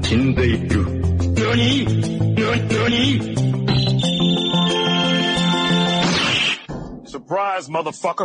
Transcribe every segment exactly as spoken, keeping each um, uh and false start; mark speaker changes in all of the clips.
Speaker 1: 死んでいく。何？何？ Surprise, motherfucker.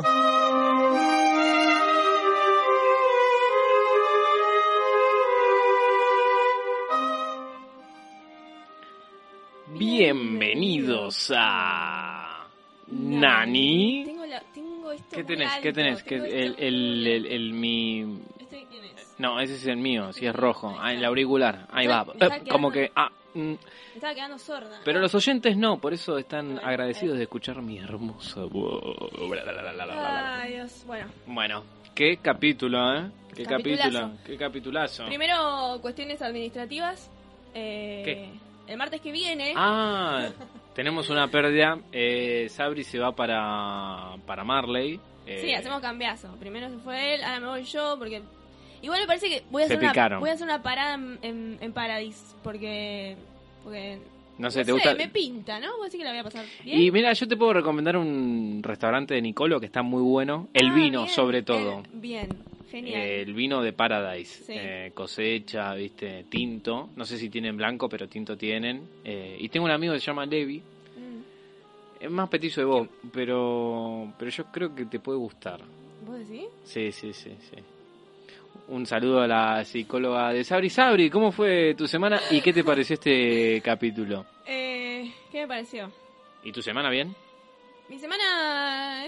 Speaker 2: Bienvenidos a Nani.
Speaker 3: Tengo la, tengo esto
Speaker 2: ¿Qué tenés?
Speaker 3: muy
Speaker 2: ¿Qué
Speaker 3: alto,
Speaker 2: tenés? ¿Qué,
Speaker 3: tengo
Speaker 2: el,
Speaker 3: esto-
Speaker 2: el, el, el, mi...
Speaker 3: ¿Este quién es?
Speaker 2: No, ese es el mío, si es rojo. Ah, el auricular. Ahí va.
Speaker 3: Me está
Speaker 2: Eh, como
Speaker 3: quedando-
Speaker 2: que... Ah, mm,
Speaker 3: Me estaba quedando sorda.
Speaker 2: pero
Speaker 3: Ah.
Speaker 2: los oyentes no, por eso están
Speaker 3: A ver,
Speaker 2: agradecidos
Speaker 3: a ver.
Speaker 2: de escuchar mi hermosa voz. Bla, bla, bla, bla, bla, bla.
Speaker 3: Ay, Dios. Bueno,
Speaker 2: Bueno, qué capítulo, ¿eh? Qué
Speaker 3: Capitulazo.
Speaker 2: capítulo, qué capitulazo.
Speaker 3: primero cuestiones administrativas. Eh,
Speaker 2: ¿Qué?
Speaker 3: El martes que viene.
Speaker 2: Ah, tenemos una pérdida. Eh, Sabri se va para, para Marley. Eh,
Speaker 3: Sí, hacemos cambiazo. Primero se fue él, ahora me voy yo porque... Igual me parece que voy a
Speaker 2: Se
Speaker 3: hacer, una,
Speaker 2: picaron.
Speaker 3: voy a hacer una parada en, en, en Paradis porque... porque
Speaker 2: No sé,
Speaker 3: no
Speaker 2: ¿te
Speaker 3: sé,
Speaker 2: gusta?
Speaker 3: me pinta, ¿no? Vos decís que la voy a pasar bien.
Speaker 2: Y mira, yo te puedo recomendar un restaurante de Nicolo que está muy bueno. El
Speaker 3: Ah,
Speaker 2: vino,
Speaker 3: bien,
Speaker 2: sobre todo.
Speaker 3: eh, bien, genial.
Speaker 2: Eh, el vino de Paradise.
Speaker 3: Sí.
Speaker 2: Eh, cosecha, viste, tinto. No sé si tienen blanco, pero tinto tienen. Eh, y tengo un amigo que se llama Levi.
Speaker 3: Mm.
Speaker 2: Es más petizo de vos, pero, pero yo creo que te puede gustar.
Speaker 3: ¿Vos decís?
Speaker 2: Sí, sí, sí, sí. Un saludo a la psicóloga de Sabri. Sabri, ¿cómo fue tu semana y qué te pareció este capítulo?
Speaker 3: Eh, ¿Qué me pareció?
Speaker 2: ¿Y tu semana bien?
Speaker 3: Mi semana... eh,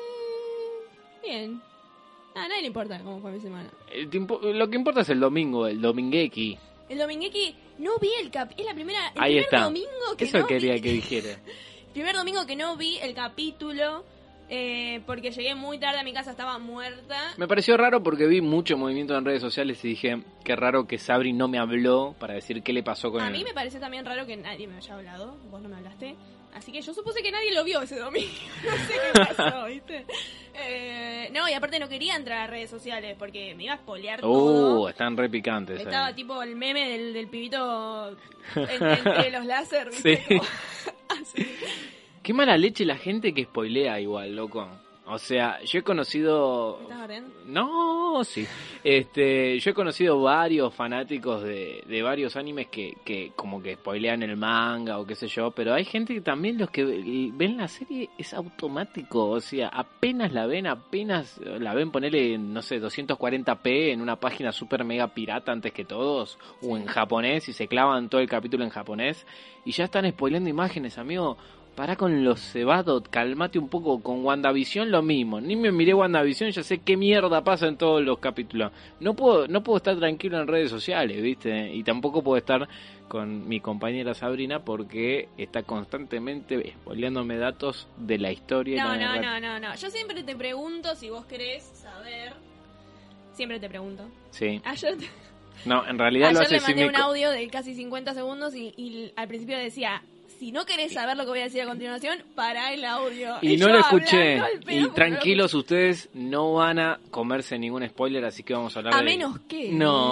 Speaker 3: bien. A nadie le importa cómo fue mi semana.
Speaker 2: El tiempo- lo que importa es el domingo, el dominguequi.
Speaker 3: El dominguequi no vi el cap... Es la primera... El
Speaker 2: Ahí
Speaker 3: primer
Speaker 2: está.
Speaker 3: domingo que
Speaker 2: Eso
Speaker 3: no
Speaker 2: quería
Speaker 3: vi...
Speaker 2: que dijera.
Speaker 3: El primer domingo que no vi el capítulo... Eh, porque llegué muy tarde a mi casa, estaba muerta.
Speaker 2: Me pareció raro porque vi mucho movimiento en redes sociales y dije, qué raro que Sabri no me habló para decir qué le pasó con
Speaker 3: A
Speaker 2: él.
Speaker 3: mí me pareció también raro que nadie me haya hablado. Vos no me hablaste. Así que yo supuse que nadie lo vio ese domingo. No sé qué pasó, ¿viste? Eh, no, y aparte no quería entrar a redes sociales porque me iba a spoilear
Speaker 2: Uh,
Speaker 3: todo.
Speaker 2: están re picantes.
Speaker 3: Estaba
Speaker 2: eh.
Speaker 3: tipo el meme del, del pibito en- entre los láser, ¿viste?
Speaker 2: Sí.
Speaker 3: Como- así.
Speaker 2: Qué mala leche la gente que spoilea igual, loco. O sea, yo he conocido...
Speaker 3: ¿Me estás bardeando?
Speaker 2: No, sí. Este, yo he conocido varios fanáticos de, de varios animes que, que como que spoilean el manga o qué sé yo, pero hay gente que también los que ven la serie es automático, o sea, apenas la ven, apenas la ven ponerle, en, no sé, doscientos cuarenta p en una página super mega pirata antes que todos, o en japonés, y se clavan todo el capítulo en japonés, y ya están spoileando imágenes, amigo. Pará con los cebados, calmate un poco. Con WandaVision lo mismo. Ni me miré WandaVision, ya sé qué mierda pasa en todos los capítulos. No puedo no puedo estar tranquilo en redes sociales, ¿viste? Y tampoco puedo estar con mi compañera Sabrina porque está constantemente spoileándome datos de la historia. y
Speaker 3: No,
Speaker 2: la
Speaker 3: no,
Speaker 2: narrativa.
Speaker 3: no, no, no. Yo siempre te pregunto si vos querés saber. Siempre te pregunto.
Speaker 2: Sí.
Speaker 3: Ayer, te-
Speaker 2: No, en realidad lo
Speaker 3: ayer
Speaker 2: hace
Speaker 3: le
Speaker 2: sin
Speaker 3: mandé
Speaker 2: mi
Speaker 3: un
Speaker 2: co-
Speaker 3: audio de casi cincuenta segundos y, y al principio decía, si no querés saber lo que voy a decir a continuación, pará el audio.
Speaker 2: Y no
Speaker 3: yo
Speaker 2: lo escuché.
Speaker 3: hablando al pedo
Speaker 2: Y
Speaker 3: porque no lo
Speaker 2: tranquilos, ustedes no van a comerse ningún spoiler, así que vamos a hablar
Speaker 3: A
Speaker 2: de...
Speaker 3: menos que-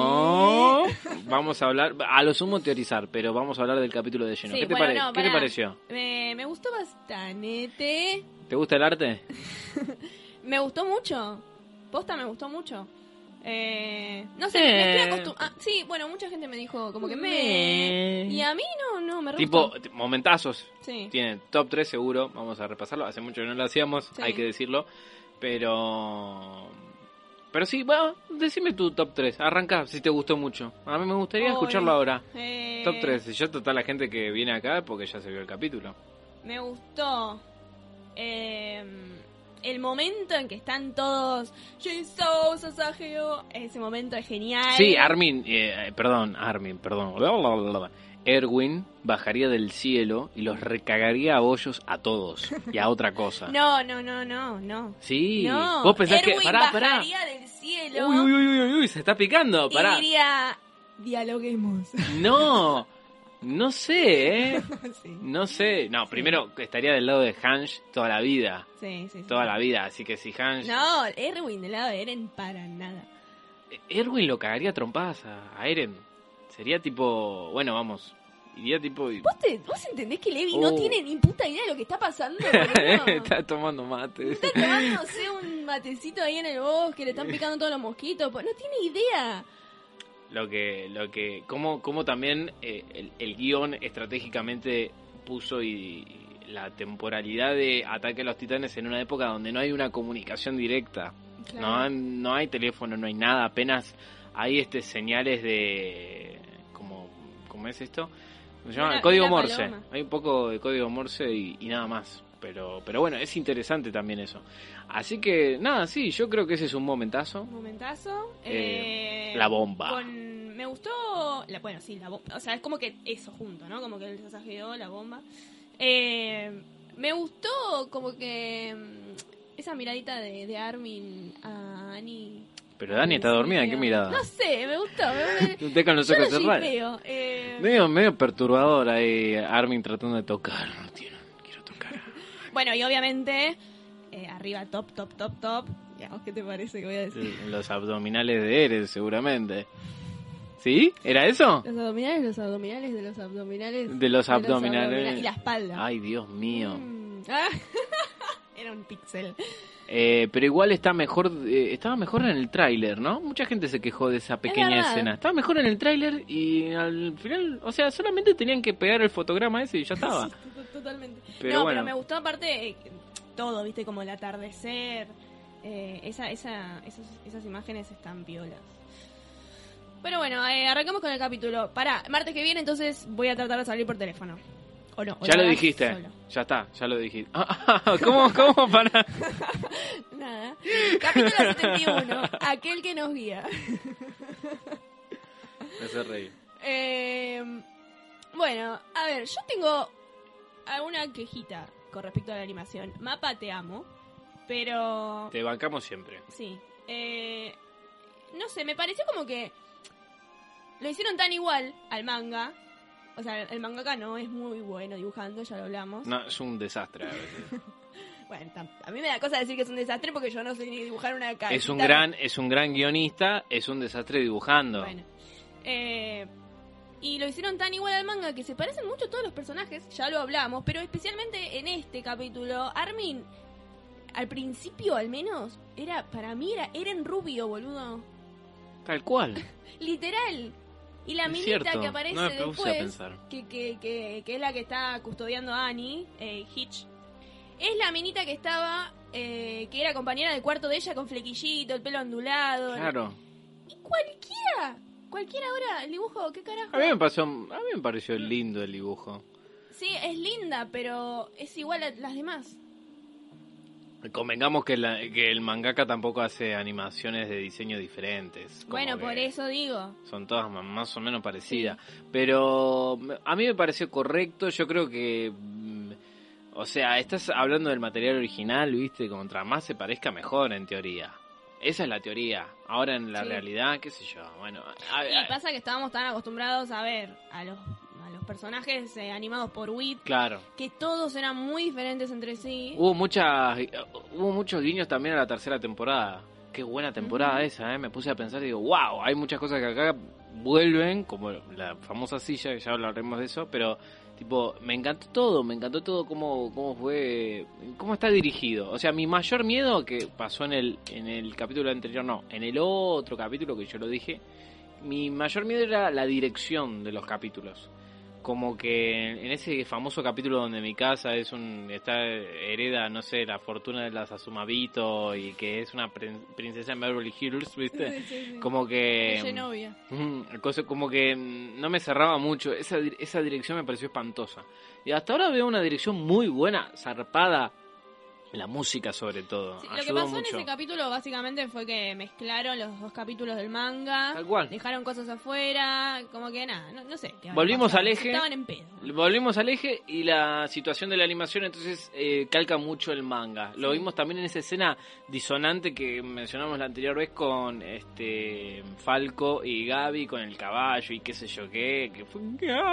Speaker 2: No, vamos a hablar, a lo sumo teorizar, pero vamos a hablar del capítulo de lleno.
Speaker 3: Sí,
Speaker 2: ¿Qué, te,
Speaker 3: bueno,
Speaker 2: pare-
Speaker 3: no,
Speaker 2: ¿Qué te
Speaker 3: pará.
Speaker 2: pareció?
Speaker 3: Me, me gustó bastante.
Speaker 2: ¿Te gusta el arte?
Speaker 3: Me gustó mucho. Posta me gustó mucho. Eh, no sé,
Speaker 2: Eh.
Speaker 3: me estoy acostumbrando. Ah, sí, bueno, mucha gente me dijo como que me...
Speaker 2: Me.
Speaker 3: Y a mí no, no, me re
Speaker 2: Tipo,
Speaker 3: gustó.
Speaker 2: momentazos.
Speaker 3: Sí.
Speaker 2: Tiene top tres seguro, vamos a repasarlo. Hace mucho que no lo hacíamos,
Speaker 3: Sí.
Speaker 2: hay que decirlo. Pero... Pero sí, bueno, decime tu top tres. Arranca si te gustó mucho. A mí me gustaría
Speaker 3: Obvio.
Speaker 2: escucharlo ahora.
Speaker 3: Eh,
Speaker 2: Top tres. Y yo total la gente que viene acá es porque ya se vio el capítulo.
Speaker 3: Me gustó eh, el momento en que están todos Jisoo, Sasageo. Ese momento es genial.
Speaker 2: Sí, Armin, eh, perdón, Armin, perdón. Erwin bajaría del cielo y los recagaría a bollos a todos y a otra cosa.
Speaker 3: No, no, no, no, no.
Speaker 2: Sí,
Speaker 3: No,
Speaker 2: vos pensás
Speaker 3: Erwin
Speaker 2: que... Pará, pará.
Speaker 3: bajaría del cielo
Speaker 2: Uy, uy, uy, uy, uy, se está picando,
Speaker 3: y
Speaker 2: pará.
Speaker 3: diría, dialoguemos.
Speaker 2: No, no sé, ¿eh?
Speaker 3: Sí.
Speaker 2: No sé. No, primero estaría del lado de Hansh toda la vida.
Speaker 3: Sí, sí, sí.
Speaker 2: Toda la vida, así que si Hansh...
Speaker 3: No, Erwin del lado de Eren para nada.
Speaker 2: Erwin lo cagaría a trompadas a, a Eren. Sería tipo... Bueno, vamos. Iría tipo... y-
Speaker 3: ¿Vos, te, ¿Vos entendés que Levi no
Speaker 2: Oh.
Speaker 3: tiene ni puta idea de lo que está pasando? boludo?
Speaker 2: Está tomando mate.
Speaker 3: Está tomándose un matecito ahí en el bosque, le están picando todos los mosquitos. Pues no tiene idea.
Speaker 2: lo que, lo que, cómo, cómo también eh, el, el guión estratégicamente puso y, y la temporalidad de Ataque a los Titanes en una época donde no hay una comunicación directa,
Speaker 3: Claro.
Speaker 2: no, no hay teléfono, no hay nada, apenas hay este señales de, como, ¿cómo es esto? Se llama
Speaker 3: Una-
Speaker 2: código
Speaker 3: una
Speaker 2: Morse.
Speaker 3: paloma.
Speaker 2: Hay un poco de código Morse y, y nada más. Pero, pero bueno, es interesante también eso. Así que, nada, sí, yo creo que ese es un momentazo.
Speaker 3: Un momentazo.
Speaker 2: Eh,
Speaker 3: Eh,
Speaker 2: la bomba.
Speaker 3: Con, me gustó. La, bueno, sí, la bomba. O sea, es como que eso junto, ¿no? Como que el desasajeo, la bomba. Eh, me gustó como que. mm, Esa miradita de, de Armin a Annie.
Speaker 2: Pero Dani está dormida, ¿en qué mirada?
Speaker 3: No sé, me gustó. Me, me,
Speaker 2: Usted con los
Speaker 3: yo
Speaker 2: ojos
Speaker 3: lo
Speaker 2: cerrados.
Speaker 3: shipeo, eh,
Speaker 2: Medio, medio perturbador ahí, Armin tratando de tocar. No quiero, quiero tocar.
Speaker 3: Bueno, y obviamente, eh, arriba, top, top, top, top. Ya, ¿vos ¿qué te parece que voy a decir?
Speaker 2: Los abdominales de Eres, seguramente. ¿Sí? ¿Era eso?
Speaker 3: Los abdominales, los abdominales, de los abdominales.
Speaker 2: De los abdominales.
Speaker 3: abdomina- Y la espalda.
Speaker 2: Ay, Dios mío.
Speaker 3: Mm. Ah. Era un pixel.
Speaker 2: Eh, pero igual está mejor, eh, estaba mejor en el tráiler, ¿no? Mucha gente se quejó de esa pequeña
Speaker 3: verdad.
Speaker 2: escena. Estaba mejor en el tráiler y al final, o sea, solamente tenían que pegar el fotograma ese y ya estaba.
Speaker 3: Sí, to- totalmente.
Speaker 2: Pero
Speaker 3: no,
Speaker 2: bueno.
Speaker 3: pero me gustó aparte eh, todo, viste, como el atardecer. Eh, esa, esa, esas, esas imágenes están piolas. Pero bueno, eh, arrancamos con el capítulo. Pará, martes que viene entonces voy a tratar de salir por teléfono. ¿O no? ¿O
Speaker 2: Ya lo
Speaker 3: harás
Speaker 2: dijiste,
Speaker 3: solo?
Speaker 2: ya está, ya lo dijiste. ¿Cómo, cómo para?
Speaker 3: Nada. Capítulo setenta y uno. Aquel que nos guía.
Speaker 2: Me hace reír.
Speaker 3: Eh, bueno, a ver, yo tengo alguna quejita con respecto a la animación. Mapa, te amo, pero...
Speaker 2: Te bancamos siempre.
Speaker 3: Sí. Eh, no sé, me pareció como que lo hicieron tan igual al manga. O sea, el mangaka no es muy bueno dibujando, ya lo hablamos.
Speaker 2: No, es un desastre a veces.
Speaker 3: Bueno, tam- a mí me da cosa decir que es un desastre porque yo no sé ni dibujar una cara.
Speaker 2: Es un gran, es un gran guionista, es un desastre dibujando.
Speaker 3: Bueno. Eh, y lo hicieron tan igual al manga que se parecen mucho todos los personajes, ya lo hablamos, pero especialmente en este capítulo, Armin, al principio al menos, era para mí era Eren rubio, boludo.
Speaker 2: Tal cual.
Speaker 3: Literal. Y la
Speaker 2: Es
Speaker 3: minita
Speaker 2: cierto,
Speaker 3: que aparece
Speaker 2: no me puse a
Speaker 3: después,
Speaker 2: pensar.
Speaker 3: que, que, que, que es la que está custodiando a Annie, eh, Hitch, es la minita que estaba, eh, que era compañera del cuarto de ella con flequillito, el pelo ondulado.
Speaker 2: Claro.
Speaker 3: Y cualquiera, cualquiera ahora, el dibujo, ¿qué carajo?
Speaker 2: A mí me pasó, a mí me pareció lindo el dibujo.
Speaker 3: Sí, es linda, pero es igual a las demás.
Speaker 2: Convengamos que, la- que el mangaka tampoco hace animaciones de diseño diferentes. como
Speaker 3: Bueno,
Speaker 2: que
Speaker 3: por eso digo.
Speaker 2: son todas ma- más o menos parecidas. Pero me- a mí me pareció correcto. Yo creo que, mm, o sea, estás hablando del material original, ¿viste? Contra más se parezca mejor en teoría. Esa es la teoría. Ahora en la
Speaker 3: Sí.
Speaker 2: realidad, qué sé yo. Bueno, a-
Speaker 3: Y
Speaker 2: a-
Speaker 3: pasa que estábamos tan acostumbrados a ver a los, a los personajes eh, animados por Wit,
Speaker 2: claro.
Speaker 3: que todos eran muy diferentes entre sí.
Speaker 2: Hubo muchas, hubo muchos guiños también a la tercera temporada. Qué buena temporada
Speaker 3: Ujú.
Speaker 2: esa, ¿eh? Me puse a pensar y digo, wow, hay muchas cosas que acá vuelven, como la famosa silla, que ya hablaremos de eso, pero tipo, me encantó todo, me encantó todo cómo, cómo fue, cómo está dirigido. O sea, mi mayor miedo que pasó en el, en el capítulo anterior, no, en el otro capítulo que yo lo dije, mi mayor miedo era la dirección de los capítulos. Como que en ese famoso capítulo donde mi casa es un está hereda, no sé, la fortuna de las Asumabito y que es una prin- princesa en Beverly Hills, ¿viste?
Speaker 3: Sí, sí, sí.
Speaker 2: Como que
Speaker 3: De Genovia.
Speaker 2: mm, cosa- como que mm, no me cerraba mucho, esa di- esa dirección me pareció espantosa. Y hasta ahora veo una dirección muy buena, zarpada, la música sobre todo.
Speaker 3: Sí, lo que
Speaker 2: Ayudó
Speaker 3: pasó
Speaker 2: mucho.
Speaker 3: en ese capítulo básicamente fue que mezclaron los dos capítulos del manga,
Speaker 2: Tal cual.
Speaker 3: dejaron cosas afuera, como que nada, no, no sé. qué habrá
Speaker 2: Volvimos
Speaker 3: pasado,
Speaker 2: al eje.
Speaker 3: Estaban en pedo.
Speaker 2: Volvimos al eje y la situación de la animación entonces eh, calca mucho el manga. Lo
Speaker 3: Sí.
Speaker 2: vimos también en esa escena disonante que mencionamos la anterior vez con este Falco y Gaby con el caballo y qué sé yo qué, que fue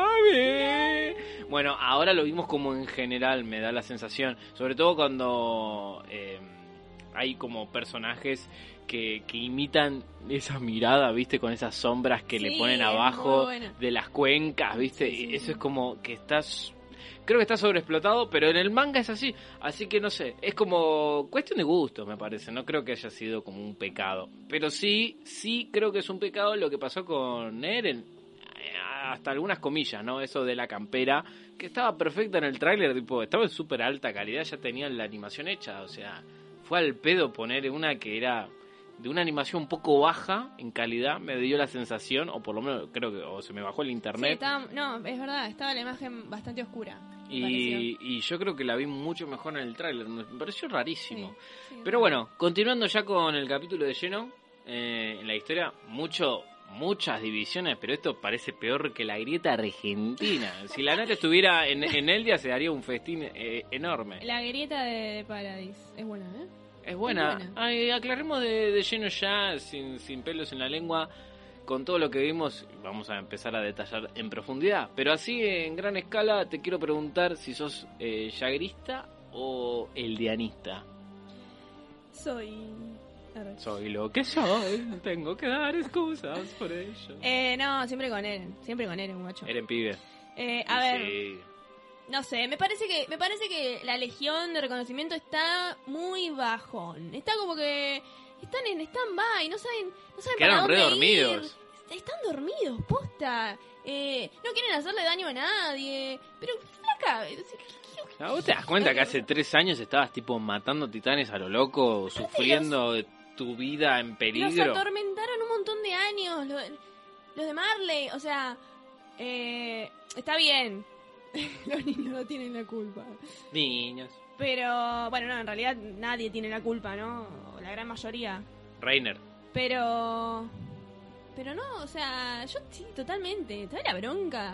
Speaker 2: Gaby. Bueno, ahora lo vimos como en general, me da la sensación, sobre todo cuando eh, hay como personajes que, que imitan esa mirada, ¿viste? Con esas sombras que le
Speaker 3: Sí,
Speaker 2: ponen
Speaker 3: es
Speaker 2: abajo
Speaker 3: muy buena.
Speaker 2: de las cuencas, ¿viste?
Speaker 3: Sí, sí,
Speaker 2: Eso
Speaker 3: sí.
Speaker 2: es como que estás Creo que está sobreexplotado, pero en el manga es así. Así que no sé, es como cuestión de gusto, me parece. No creo que haya sido como un pecado. Pero sí, sí creo que es un pecado lo que pasó con Eren. Hasta algunas comillas, ¿no? Eso de la campera, que estaba perfecta en el tráiler, tipo, estaba en súper alta calidad, ya tenían la animación hecha. O sea, fue al pedo poner una que era de una animación un poco baja en calidad, me dio la sensación, o por lo menos creo que o se me bajó el internet.
Speaker 3: Sí, estaba, no, es verdad, estaba la imagen bastante oscura.
Speaker 2: Y, y yo creo que la vi mucho mejor en el tráiler, me pareció rarísimo.
Speaker 3: Sí, sí,
Speaker 2: Pero bueno, continuando ya con el capítulo de lleno, eh, en la historia, mucho... muchas divisiones, pero esto parece peor que la grieta argentina. Si la nata estuviera en, en Eldia, se daría un festín eh, enorme.
Speaker 3: La grieta de, de Paradis es buena, ¿eh?
Speaker 2: Es buena.
Speaker 3: Es buena.
Speaker 2: Ay, aclaremos de, de lleno ya, sin, sin pelos en la lengua, con todo lo que vimos. Vamos a empezar a detallar en profundidad. Pero así, en gran escala, te quiero preguntar si sos eh, yagrista o eldianista.
Speaker 3: Soy...
Speaker 2: Soy lo que soy, tengo que dar excusas por ello.
Speaker 3: Eh, no, siempre con Eren, siempre con Eren, guacho.
Speaker 2: Eren pibe.
Speaker 3: Eh, a
Speaker 2: Y
Speaker 3: ver,
Speaker 2: sí.
Speaker 3: no sé, me parece que me parece que la legión de reconocimiento está muy bajón. Está como que están en stand-by, no saben, no saben para
Speaker 2: Quedaron
Speaker 3: dónde
Speaker 2: re
Speaker 3: ir.
Speaker 2: dormidos.
Speaker 3: Están dormidos, posta. Eh, no quieren hacerle daño a nadie. Pero, flaca, ¿qué- qué-
Speaker 2: ¿A vos te das cuenta que hace tres años estabas tipo matando titanes a lo loco, sufriendo de tu vida en
Speaker 3: Los
Speaker 2: peligro?
Speaker 3: atormentaron un montón de años. Los, los de Marley, o sea, eh, está bien. Los niños no tienen la culpa.
Speaker 2: Niños.
Speaker 3: Pero, bueno, no, en realidad nadie tiene la culpa, ¿no? O la gran mayoría.
Speaker 2: Reiner.
Speaker 3: Pero... Pero no, o sea, yo sí, totalmente. Está la bronca.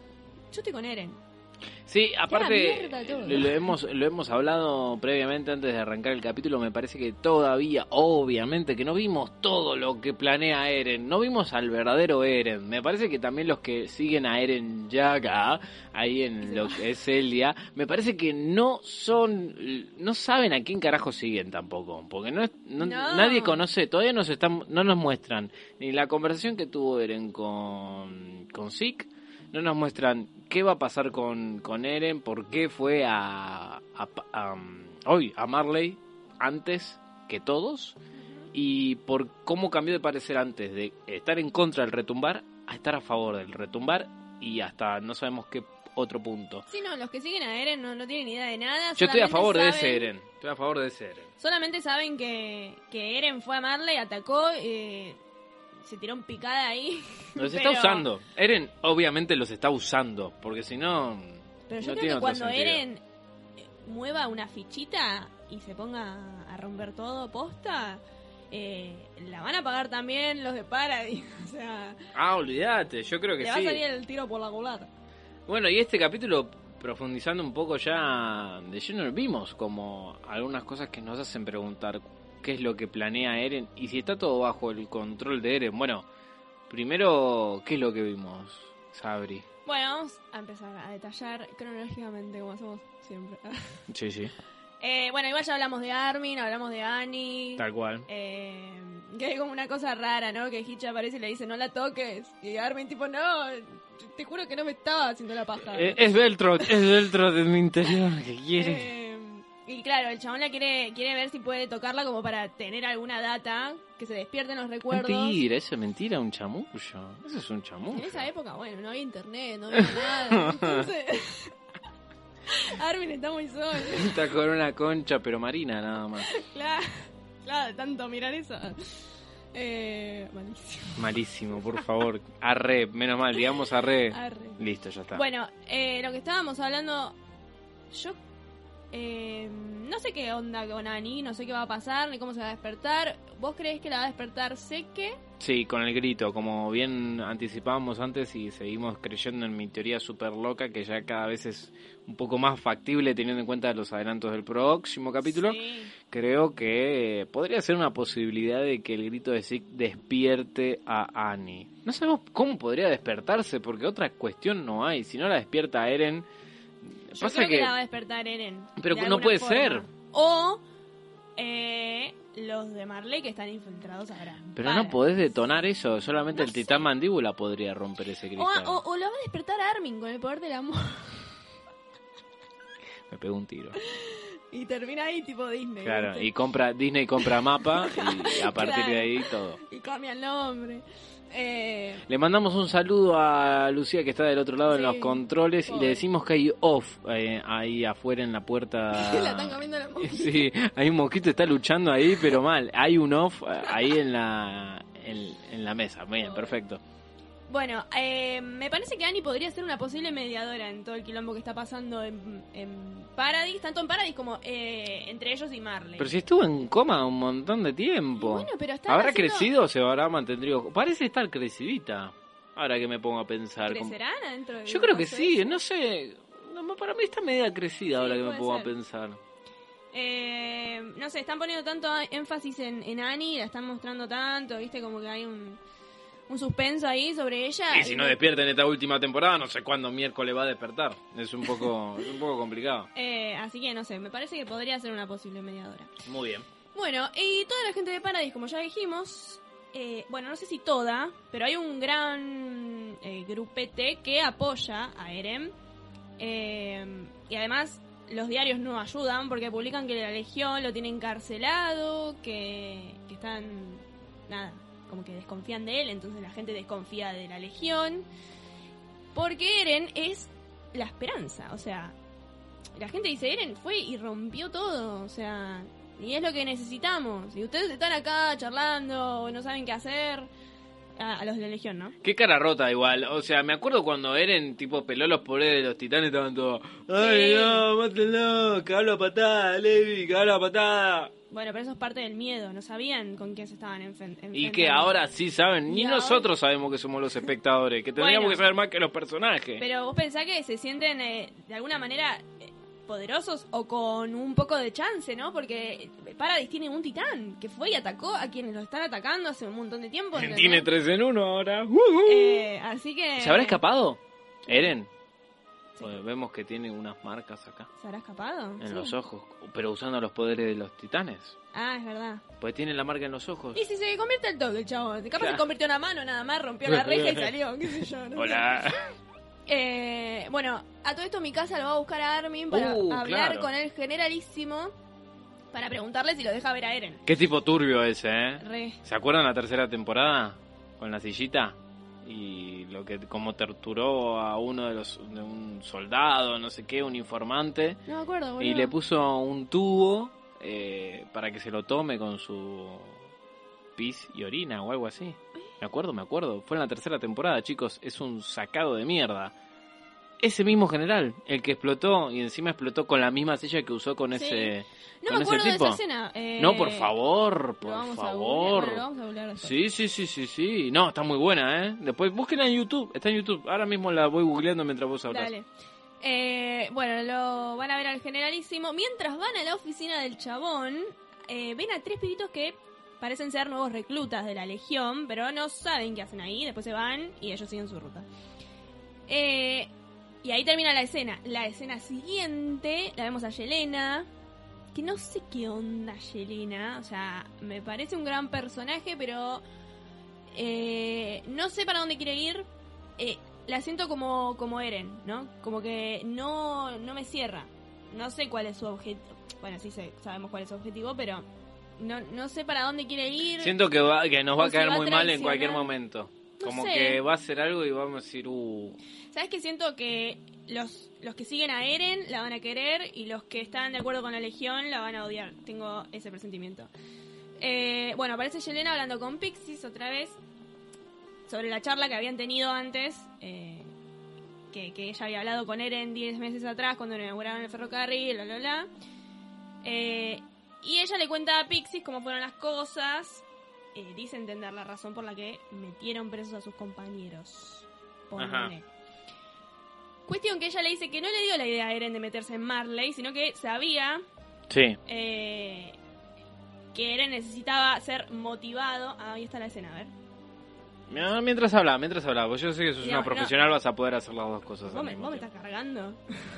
Speaker 3: Yo estoy con Eren.
Speaker 2: Sí, aparte,
Speaker 3: mierda todo.
Speaker 2: lo, lo hemos lo hemos hablado previamente antes de arrancar el capítulo. Me parece que todavía, obviamente, que no vimos todo lo que planea Eren. No vimos al verdadero Eren. Me parece que también los que siguen a Eren Yaga, ahí en lo que es Eldia, me parece que no son, no saben a quién carajo siguen tampoco. Porque no, es- no-
Speaker 3: No.
Speaker 2: nadie conoce, todavía nos están, no nos muestran ni la conversación que tuvo Eren con, con Zeke. No nos muestran qué va a pasar con, con Eren, por qué fue a, a, a, um, hoy a Marley antes que todos, y por cómo cambió de parecer antes de estar en contra del retumbar a estar a favor del retumbar, y hasta no sabemos qué otro punto.
Speaker 3: Sí, no, los que siguen a Eren no, no tienen ni idea de nada.
Speaker 2: Yo estoy a
Speaker 3: solamente
Speaker 2: favor de
Speaker 3: saben-
Speaker 2: ese Eren, estoy a favor de ese Eren.
Speaker 3: Solamente saben que, que Eren fue a Marley, atacó, eh, se tiró en picada ahí.
Speaker 2: Los
Speaker 3: Pero-
Speaker 2: está usando. Eren obviamente los está usando, porque si no,
Speaker 3: Pero yo
Speaker 2: no
Speaker 3: creo
Speaker 2: tiene
Speaker 3: que
Speaker 2: otro
Speaker 3: cuando
Speaker 2: sentido.
Speaker 3: Eren eh, mueva una fichita y se ponga a romper todo posta, eh, la van a pagar también los de Paradis. O sea,
Speaker 2: Ah, olvídate, yo creo que
Speaker 3: le
Speaker 2: sí.
Speaker 3: va a salir el tiro por la culata.
Speaker 2: Bueno, y este capítulo, profundizando un poco ya de lleno, vimos como algunas cosas que nos hacen preguntar qué es lo que planea Eren y si está todo bajo el control de Eren. Bueno, primero, ¿qué es lo que vimos, Sabri?
Speaker 3: Bueno, vamos a empezar a detallar cronológicamente como hacemos siempre.
Speaker 2: Sí, sí,
Speaker 3: Eh, bueno, igual ya hablamos de Armin, hablamos de Annie.
Speaker 2: tal cual.
Speaker 3: Eh, que hay como una cosa rara, ¿no? Que Hitch aparece y le dice, no la toques. Y Armin tipo, no, te juro que no me estaba haciendo la paja.
Speaker 2: Eh, es Beltrot, es Beltrot en mi interior, ¿qué quiere?
Speaker 3: Eh, y claro, el chabón la quiere, quiere ver si puede tocarla como para tener alguna data, que se despierten los recuerdos.
Speaker 2: Mentira, eso es mentira, un chamullo. Eso es un
Speaker 3: En
Speaker 2: chamullo.
Speaker 3: esa época, bueno, no había internet, no había nada. Entonces, Armin está muy solo.
Speaker 2: Está con una concha, pero marina nada más.
Speaker 3: Claro, claro, de tanto mirar eso. Eh, malísimo.
Speaker 2: Malísimo, por favor. Arre, menos mal, digamos arre.
Speaker 3: Arre.
Speaker 2: Listo, ya está.
Speaker 3: Bueno, eh, lo que estábamos hablando, yo eh, no sé qué onda con Annie, no sé qué va a pasar, ni cómo se va a despertar. ¿Vos creés que la va a despertar Seque?
Speaker 2: Sí, con el grito, como bien anticipábamos antes y seguimos creyendo en mi teoría súper loca, que ya cada vez es un poco más factible teniendo en cuenta los adelantos del próximo capítulo.
Speaker 3: Sí.
Speaker 2: Creo que eh, podría ser una posibilidad de que el grito de Zeke despierte a Annie. No sabemos cómo podría despertarse, porque otra cuestión no hay. Si no la despierta a Eren,
Speaker 3: Yo
Speaker 2: pasa
Speaker 3: creo que...
Speaker 2: que...
Speaker 3: la va a despertar Eren.
Speaker 2: Pero
Speaker 3: de
Speaker 2: no
Speaker 3: alguna
Speaker 2: puede
Speaker 3: forma.
Speaker 2: ser.
Speaker 3: O eh, los de Marley que están infiltrados ahora.
Speaker 2: Pero no podés detonar eso, solamente
Speaker 3: No
Speaker 2: el titán
Speaker 3: sé.
Speaker 2: mandíbula podría romper ese
Speaker 3: O,
Speaker 2: cristal.
Speaker 3: o, o lo va a despertar Armin con el poder del amor.
Speaker 2: Me pegó un tiro.
Speaker 3: Y termina ahí tipo Disney.
Speaker 2: Claro,
Speaker 3: ¿viste?
Speaker 2: y compra Disney compra mapa y a partir
Speaker 3: Claro.
Speaker 2: de ahí todo.
Speaker 3: Y cambia el nombre. Eh,
Speaker 2: Le mandamos un saludo a Lucía que está del otro lado
Speaker 3: Sí,
Speaker 2: en los controles y
Speaker 3: pobre.
Speaker 2: le decimos que hay off eh, ahí afuera en la puerta.
Speaker 3: la están comiendo la mosquita.
Speaker 2: Sí, hay un mosquito, está luchando ahí, pero mal. Hay un off eh, ahí en la en, en la mesa. Bien, perfecto.
Speaker 3: Bueno, eh, me parece que Annie podría ser una posible mediadora en todo el quilombo que está pasando en, en Paradise, tanto en Paradise como eh, entre ellos y Marley.
Speaker 2: Pero si estuvo en coma un montón de tiempo.
Speaker 3: Bueno, pero está
Speaker 2: ¿Habrá
Speaker 3: haciendo-
Speaker 2: crecido o se habrá mantenido? Parece estar crecidita. Ahora que me pongo a pensar. como-
Speaker 3: ¿Crecerán adentro de
Speaker 2: Yo creo que
Speaker 3: todo
Speaker 2: sí,
Speaker 3: eso?
Speaker 2: no sé. No, para mí está media crecida ahora
Speaker 3: Sí,
Speaker 2: que me
Speaker 3: puede
Speaker 2: pongo
Speaker 3: ser.
Speaker 2: a pensar.
Speaker 3: Eh, no sé, están poniendo tanto énfasis en, en Annie, la están mostrando tanto, viste, como que hay un, un suspenso ahí sobre ella.
Speaker 2: Y si no despierta en esta última temporada, no sé cuándo miércoles va a despertar. Es un poco, es un poco complicado.
Speaker 3: Eh, así que no sé, me parece que podría ser una posible mediadora.
Speaker 2: Muy bien.
Speaker 3: Bueno, y toda la gente de Paradise, como ya dijimos, eh, bueno, no sé si toda, pero hay un gran eh, grupete que apoya a Eren. Eh, y además los diarios no ayudan porque publican que la Legión lo tiene encarcelado, que, que están, nada, como que desconfían de él, entonces la gente desconfía de la Legión. Porque Eren es la esperanza, o sea, la gente dice, Eren fue y rompió todo, o sea, y es lo que necesitamos. Y ustedes están acá charlando, no saben qué hacer. A, a los de la Legión, ¿no?
Speaker 2: Qué cara rota igual. O sea, me acuerdo cuando Eren tipo peló los poderes de los titanes, estaban todos, ay
Speaker 3: Sí.
Speaker 2: no, mátenlo, cagalo a patada, Levi, cagalo a patada.
Speaker 3: Bueno, pero eso es parte del miedo, no sabían con quién se estaban enfen- enfrentando.
Speaker 2: Y que ahora sí saben, ni
Speaker 3: Y ahora-
Speaker 2: nosotros sabemos que somos los espectadores, que tendríamos
Speaker 3: Bueno.
Speaker 2: que saber más que los personajes.
Speaker 3: Pero vos pensás que se sienten eh, de alguna manera eh, poderosos o con un poco de chance, ¿no? Porque Paradise tiene un titán que fue y atacó a quienes lo están atacando hace un montón de tiempo. ¿entendés?
Speaker 2: Tiene tres en uno ahora.
Speaker 3: Eh, así que...
Speaker 2: ¿Se habrá escapado? Eren.
Speaker 3: Sí.
Speaker 2: Pues vemos que tiene unas marcas acá,
Speaker 3: ¿Se habrá escapado?
Speaker 2: en
Speaker 3: Sí.
Speaker 2: los ojos, pero usando los poderes de los titanes.
Speaker 3: Ah, es verdad.
Speaker 2: Pues tiene la marca en los ojos.
Speaker 3: Y si se convierte el toque, el chavo. Capaz
Speaker 2: Claro.
Speaker 3: se convirtió en una mano nada más, rompió la reja y salió, qué sé yo. no sé.
Speaker 2: Hola.
Speaker 3: Eh, bueno, a todo esto mi casa lo va a buscar a Armin para
Speaker 2: Uh,
Speaker 3: hablar
Speaker 2: claro.
Speaker 3: con el generalísimo para preguntarle si lo deja ver a Eren.
Speaker 2: Qué tipo turbio ese, ¿eh?
Speaker 3: Re.
Speaker 2: ¿Se acuerdan la tercera temporada? Con la sillita. Y lo que como torturó a uno de los de un soldado, no sé qué, un informante.
Speaker 3: No me acuerdo, boludo.
Speaker 2: Y le puso un tubo eh, para que se lo tome con su pis y orina o algo así. Me acuerdo, me acuerdo. Fue en la tercera temporada, chicos. Es un sacado de mierda. Ese mismo general, el que explotó y encima explotó con la misma silla que usó con
Speaker 3: Sí.
Speaker 2: ese
Speaker 3: No
Speaker 2: con
Speaker 3: me
Speaker 2: ese
Speaker 3: acuerdo de
Speaker 2: tipo.
Speaker 3: esa escena. eh,
Speaker 2: No, por favor,
Speaker 3: lo
Speaker 2: por
Speaker 3: vamos a
Speaker 2: favor.
Speaker 3: googlear, bueno, lo vamos a googlear después.
Speaker 2: Sí, sí, sí, sí, sí. No, está muy buena, ¿eh? Después búsquenla en YouTube. Está en YouTube. Ahora mismo la voy googleando mientras vos hablas.
Speaker 3: Dale. Eh, bueno, lo van a ver al generalísimo. Mientras van a la oficina del chabón, eh, ven a tres pibitos que parecen ser nuevos reclutas de la Legión, pero no saben qué hacen ahí. Después se van y ellos siguen su ruta. Eh, y ahí termina la escena. La escena siguiente la vemos a Yelena, que no sé qué onda Yelena. O sea, me parece un gran personaje, pero eh, no sé para dónde quiere ir. Eh, la siento como, como Eren, ¿no? Como que no, no me cierra. No sé cuál es su objetivo. Bueno, sí sé, sabemos cuál es su objetivo, pero no, no sé para dónde quiere ir.
Speaker 2: Siento que, va, que nos va
Speaker 3: O
Speaker 2: a
Speaker 3: si
Speaker 2: caer
Speaker 3: va a
Speaker 2: muy mal en
Speaker 3: traicionar.
Speaker 2: cualquier momento.
Speaker 3: No
Speaker 2: Como
Speaker 3: sé.
Speaker 2: que va a hacer algo y vamos a decir, uh.
Speaker 3: ¿Sabes qué? Siento que los, los que siguen a Eren la van a querer y los que están de acuerdo con la Legión la van a odiar. Tengo ese presentimiento. Eh, bueno, aparece Yelena hablando con Pixis otra vez sobre la charla que habían tenido antes, eh, que, que ella había hablado con Eren diez meses atrás cuando inauguraron el ferrocarril, bla, bla, bla. Eh, y ella le cuenta a Pixis cómo fueron las cosas. Eh, dice entender la razón por la que metieron presos a sus compañeros. Ponele.
Speaker 2: Ajá.
Speaker 3: Cuestión que ella le dice que no le dio la idea a Eren de meterse en Marley, sino que sabía
Speaker 2: Sí.
Speaker 3: eh, que Eren necesitaba ser motivado. Ah, ahí está la escena, a ver.
Speaker 2: Ah, Mientras habla, mientras habla. Pues yo sé que sos
Speaker 3: No,
Speaker 2: una
Speaker 3: no.
Speaker 2: profesional, vas a poder hacer las dos cosas
Speaker 3: ¿Vos
Speaker 2: al
Speaker 3: me,
Speaker 2: mismo
Speaker 3: vos me
Speaker 2: tiempo.
Speaker 3: estás cargando?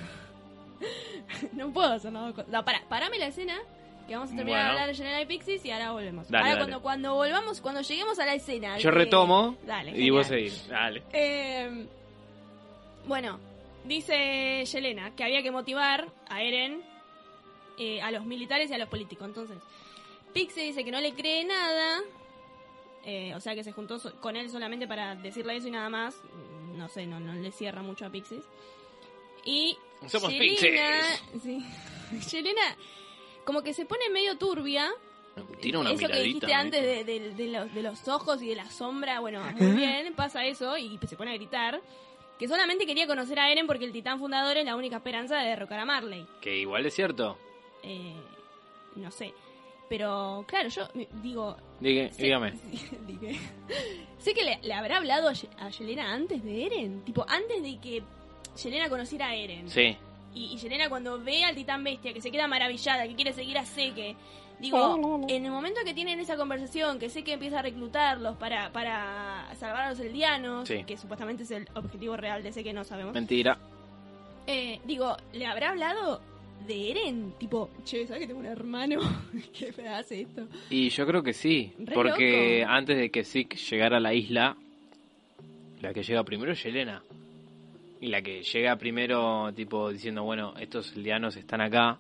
Speaker 3: No puedo hacer las dos cosas. No, pará, parame la escena, que vamos a terminar
Speaker 2: Bueno.
Speaker 3: de hablar de General Pixis y ahora volvemos.
Speaker 2: Dale,
Speaker 3: ahora
Speaker 2: dale.
Speaker 3: Cuando, cuando volvamos, cuando lleguemos a la escena.
Speaker 2: Yo
Speaker 3: que-
Speaker 2: retomo
Speaker 3: Dale,
Speaker 2: y
Speaker 3: genial.
Speaker 2: vos seguís. Dale.
Speaker 3: Eh, bueno, dice Yelena que había que motivar a Eren, eh, a los militares y a los políticos. Entonces, Pixie dice que no le cree nada, eh, o sea que se juntó so- con él solamente para decirle eso y nada más. No sé, no, no le cierra mucho a Pixies. Y
Speaker 2: Somos
Speaker 3: Yelena,
Speaker 2: Pixies.
Speaker 3: sí, Yelena como que se pone medio turbia.
Speaker 2: Tira una
Speaker 3: Eso que
Speaker 2: miradita.
Speaker 3: dijiste
Speaker 2: ¿no?
Speaker 3: antes de, de- de los, de los ojos y de la sombra, bueno, muy bien, pasa eso y se pone a gritar que solamente quería conocer a Eren porque el titán fundador es la única esperanza de derrocar a Marley.
Speaker 2: Que igual es cierto.
Speaker 3: Eh, no sé, pero claro, yo me- digo...
Speaker 2: Digue-
Speaker 3: sé-
Speaker 2: dígame.
Speaker 3: Dije. Sé que le, le habrá hablado a, Ye- a Yelena antes de Eren, tipo, antes de que Yelena conociera a Eren.
Speaker 2: Sí.
Speaker 3: Y, y Yelena cuando ve al titán bestia, que se queda maravillada, que quiere seguir a Zeke, digo, en el momento que tienen esa conversación, que Zeke empieza a reclutarlos para, para salvar a los eldianos,
Speaker 2: Sí.
Speaker 3: que supuestamente es el objetivo real de Zeke, no sabemos.
Speaker 2: Mentira.
Speaker 3: Eh, digo, ¿le habrá hablado de Eren? Tipo, che, ¿sabes que tengo un hermano que me hace esto?
Speaker 2: Y yo creo que sí.
Speaker 3: Re
Speaker 2: Porque
Speaker 3: loco.
Speaker 2: antes de que Zeke llegara a la isla, la que llega primero es Yelena. Y la que llega primero, tipo, diciendo, bueno, estos eldianos están acá,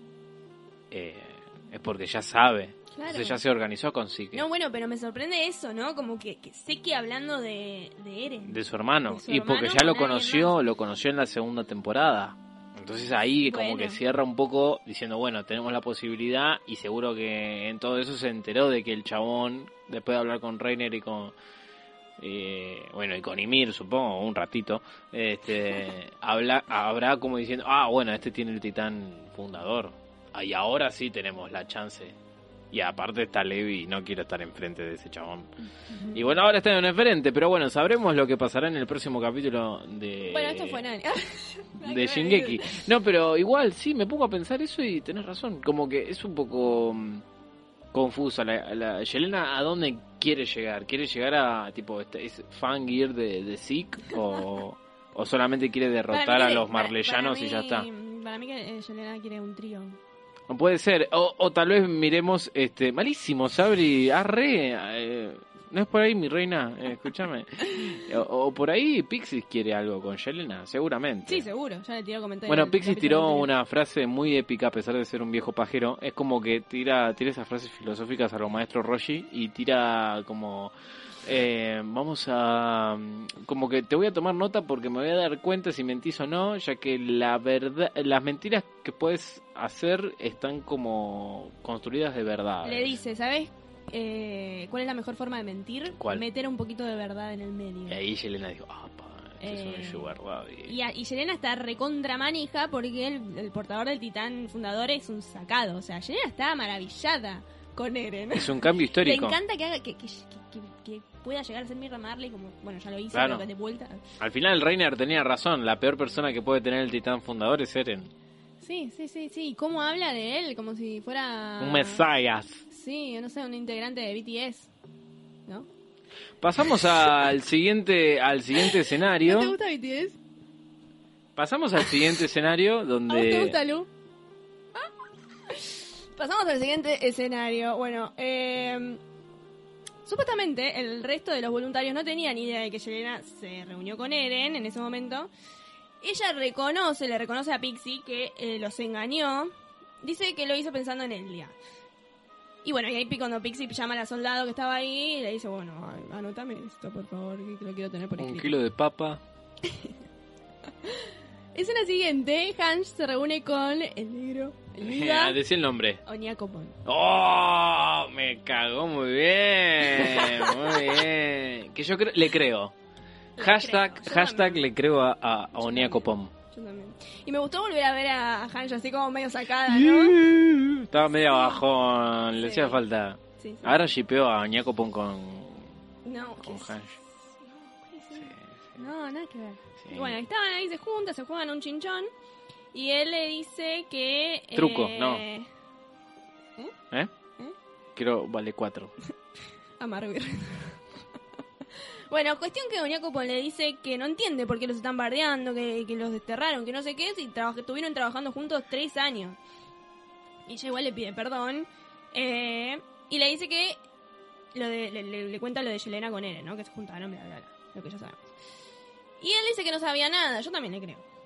Speaker 2: eh, es porque ya sabe.
Speaker 3: Claro.
Speaker 2: Entonces ya se organizó con Zeke.
Speaker 3: No, bueno, pero me sorprende eso, ¿no? Como que, que Zeke hablando de, de Eren.
Speaker 2: De su hermano.
Speaker 3: De su
Speaker 2: y porque
Speaker 3: hermano
Speaker 2: ya lo
Speaker 3: con alguien
Speaker 2: conoció,
Speaker 3: más.
Speaker 2: lo conoció en la segunda temporada. Entonces ahí como
Speaker 3: Bueno.
Speaker 2: que cierra un poco diciendo, bueno, tenemos la posibilidad y seguro que en todo eso se enteró de que el chabón, después de hablar con Reiner y con... eh, bueno, y con Ymir, supongo, un ratito, este, habla, habrá como diciendo, ah, bueno, este tiene el titán fundador. Ah, y ahora sí tenemos la chance. Y aparte está Levi y no quiero estar enfrente de ese chabón. Y bueno, ahora está en enfrente, pero bueno, sabremos lo que pasará en el próximo capítulo de...
Speaker 3: Bueno, esto fue nada.
Speaker 2: de Shingeki. No, pero igual, sí, me pongo a pensar eso y tenés razón. Como que es un poco mm, confusa. La, la Yelena, ¿a dónde quiere llegar? ¿Quiere llegar a, tipo, este, es fangear de, de Zeke? O, ¿O solamente quiere derrotar
Speaker 3: Para mí
Speaker 2: a
Speaker 3: que-
Speaker 2: los
Speaker 3: para-
Speaker 2: marleyanos
Speaker 3: para
Speaker 2: y ya
Speaker 3: mí-
Speaker 2: está?
Speaker 3: Para mí que eh, Yelena quiere un trío.
Speaker 2: No puede ser. O, o tal vez miremos, este, malísimo, Sabri, arre, eh, no es por ahí, mi reina, eh, escúchame. O, o por ahí Pixis quiere algo con Yelena, seguramente.
Speaker 3: Sí, seguro, ya le tiró comentarios.
Speaker 2: Bueno,
Speaker 3: del
Speaker 2: Pixis
Speaker 3: capítulo
Speaker 2: tiró
Speaker 3: anterior.
Speaker 2: una frase muy épica a pesar de ser un viejo pajero. Es como que tira, tira esas frases filosóficas a los maestros Roshi y tira como... Eh, vamos a... Como que te voy a tomar nota porque me voy a dar cuenta si mentís o no, ya que la verdad, las mentiras que puedes hacer están como construidas de verdad.
Speaker 3: Le dice, ¿sabes eh, cuál es la mejor forma de mentir?
Speaker 2: ¿Cuál?
Speaker 3: Meter un poquito de verdad en el medio.
Speaker 2: Y ahí Yelena dijo, ah, pa, este
Speaker 3: Eh,
Speaker 2: es un sugar daddy.
Speaker 3: Y, a- y Yelena está recontra manija porque el, el portador del titán fundador es un sacado. O sea, Yelena está maravillada con Eren.
Speaker 2: Es un cambio
Speaker 3: Le
Speaker 2: histórico.
Speaker 3: encanta que haga que, que, que, que pueda llegar a ser Mirra Marley como, bueno, ya lo hizo,
Speaker 2: Claro.
Speaker 3: pero que de vuelta.
Speaker 2: Al final Reiner tenía razón, la peor persona que puede tener el titán fundador es Eren.
Speaker 3: Sí, sí, sí, sí. ¿Y cómo habla de él? Como si fuera...
Speaker 2: Un Mesías.
Speaker 3: Sí, yo no sé, un integrante de B T S. ¿No?
Speaker 2: Pasamos al siguiente al siguiente escenario.
Speaker 3: ¿No te gusta B T S?
Speaker 2: Pasamos al siguiente escenario
Speaker 3: ¿A vos te
Speaker 2: donde
Speaker 3: gusta, Lu? Pasamos al siguiente escenario. Bueno, eh, supuestamente el resto de los voluntarios no tenían idea de que Yelena se reunió con Eren en ese momento. Ella reconoce, le reconoce a Pixie que eh, los engañó. Dice que lo hizo pensando en Elia. Y bueno, y ahí cuando Pixie llama a la soldado que estaba ahí, le dice, bueno, ay, anótame esto, por favor, que lo quiero tener por
Speaker 2: un
Speaker 3: escrito.
Speaker 2: kilo de papa.
Speaker 3: Escena siguiente, Hans se reúne con el negro, el Vida,
Speaker 2: Ah, decí el nombre.
Speaker 3: Onyakopon.
Speaker 2: ¡Oh! Me cagó muy bien. Muy bien. Que yo cre- le creo.
Speaker 3: Le
Speaker 2: Hashtag,
Speaker 3: creo, yo
Speaker 2: hashtag
Speaker 3: también.
Speaker 2: le creo a, a, a
Speaker 3: Yo
Speaker 2: Onyakopon.
Speaker 3: Yo también. Y me gustó volver a ver a Hans así como medio sacada, ¿no?
Speaker 2: Estaba medio abajo, le
Speaker 3: Sí.
Speaker 2: hacía falta.
Speaker 3: Sí, sí.
Speaker 2: Ahora shipeo a Onyakopon con,
Speaker 3: No,
Speaker 2: con
Speaker 3: ¿qué
Speaker 2: Hans.
Speaker 3: es? No, nada que ver.
Speaker 2: Sí.
Speaker 3: Y bueno, estaban ahí, se juntan, se juegan un chinchón. Y él le dice que...
Speaker 2: Truco,
Speaker 3: eh,
Speaker 2: no.
Speaker 3: ¿Eh?
Speaker 2: ¿Eh?
Speaker 3: ¿Eh?
Speaker 2: Quiero, vale cuatro.
Speaker 3: Amargo. Bueno, cuestión que Onyakopon le dice que no entiende por qué los están bardeando, que, que los desterraron, que no sé qué, si traba- estuvieron trabajando juntos tres años. Y ella igual le pide perdón. eh, y le dice que lo de, le, le- le cuenta lo de Yelena con Eren, ¿no? Que se juntaron, bla, bla, bla. Lo que ya sabemos. Y él dice que no sabía nada. Yo también le creo.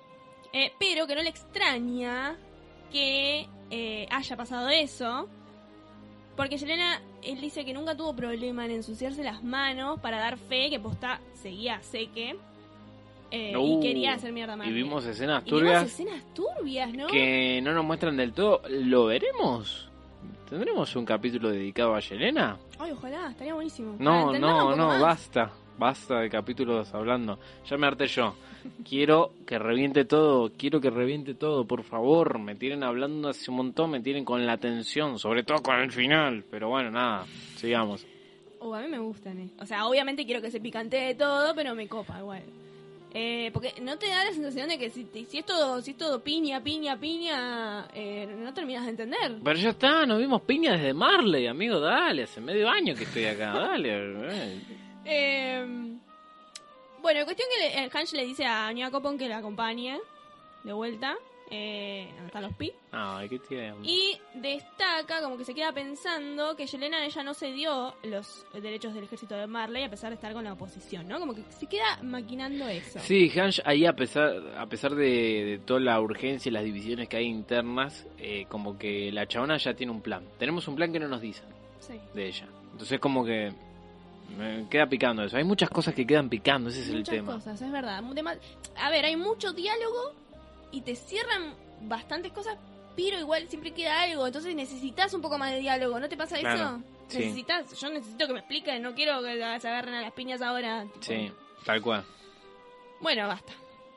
Speaker 3: Eh, pero que no le extraña que eh, haya pasado eso. Porque Yelena, él dice que nunca tuvo problema en ensuciarse las manos para dar fe que posta seguía a Seque. Eh,
Speaker 2: Uh,
Speaker 3: y quería hacer mierda a Marley.
Speaker 2: Y vimos escenas
Speaker 3: Y vimos
Speaker 2: turbias
Speaker 3: escenas turbias, ¿no?
Speaker 2: que no nos muestran del todo. ¿Lo veremos? ¿Tendremos un capítulo dedicado a Yelena?
Speaker 3: Ay, ojalá, estaría buenísimo. Para
Speaker 2: No,
Speaker 3: entenderlo un
Speaker 2: no,
Speaker 3: poco
Speaker 2: no,
Speaker 3: más.
Speaker 2: basta. Basta de capítulos hablando. Ya me harté yo. Quiero que reviente todo. Quiero que reviente todo, por favor. Me tienen hablando hace un montón. Me tienen con la atención. Sobre todo con el final. Pero bueno, nada. Sigamos.
Speaker 3: Uh, a mí me gustan, eh. O sea, obviamente quiero que se picantee todo, pero me copa igual. Eh, porque no te da la sensación de que si, si es todo si es todo piña, piña, piña, eh, no terminas de entender.
Speaker 2: Pero ya está. Nos vimos piña desde Marley, amigo. Dale. Hace medio año que estoy acá. Dale.
Speaker 3: Eh, bueno, cuestión que le, el Hange le dice a Ña Copon que la acompañe de vuelta. Eh, donde están los pi.
Speaker 2: Ay, qué tierno.
Speaker 3: Y destaca, como que se queda pensando que Yelena ella no se dio los derechos del ejército de Marley a pesar de estar con la oposición, ¿no? Como que se queda maquinando eso.
Speaker 2: Sí, Hange ahí a pesar a pesar de, de toda la urgencia y las divisiones que hay internas, eh, como que la chabona ya tiene un plan. Tenemos un plan que no nos dicen
Speaker 3: Sí.
Speaker 2: de ella. Entonces como que me queda picando eso. Hay muchas cosas que quedan picando, ese es
Speaker 3: Muchas
Speaker 2: el tema.
Speaker 3: cosas, es verdad. Mu- dema- A ver, hay mucho diálogo y te cierran bastantes cosas, pero igual siempre queda algo. Entonces necesitas un poco más de diálogo, ¿no te pasa
Speaker 2: Claro,
Speaker 3: eso?
Speaker 2: sí.
Speaker 3: Necesitas, yo necesito que me expliquen, no quiero que se agarren a las piñas ahora. tipo.
Speaker 2: Sí, tal cual.
Speaker 3: Bueno, basta.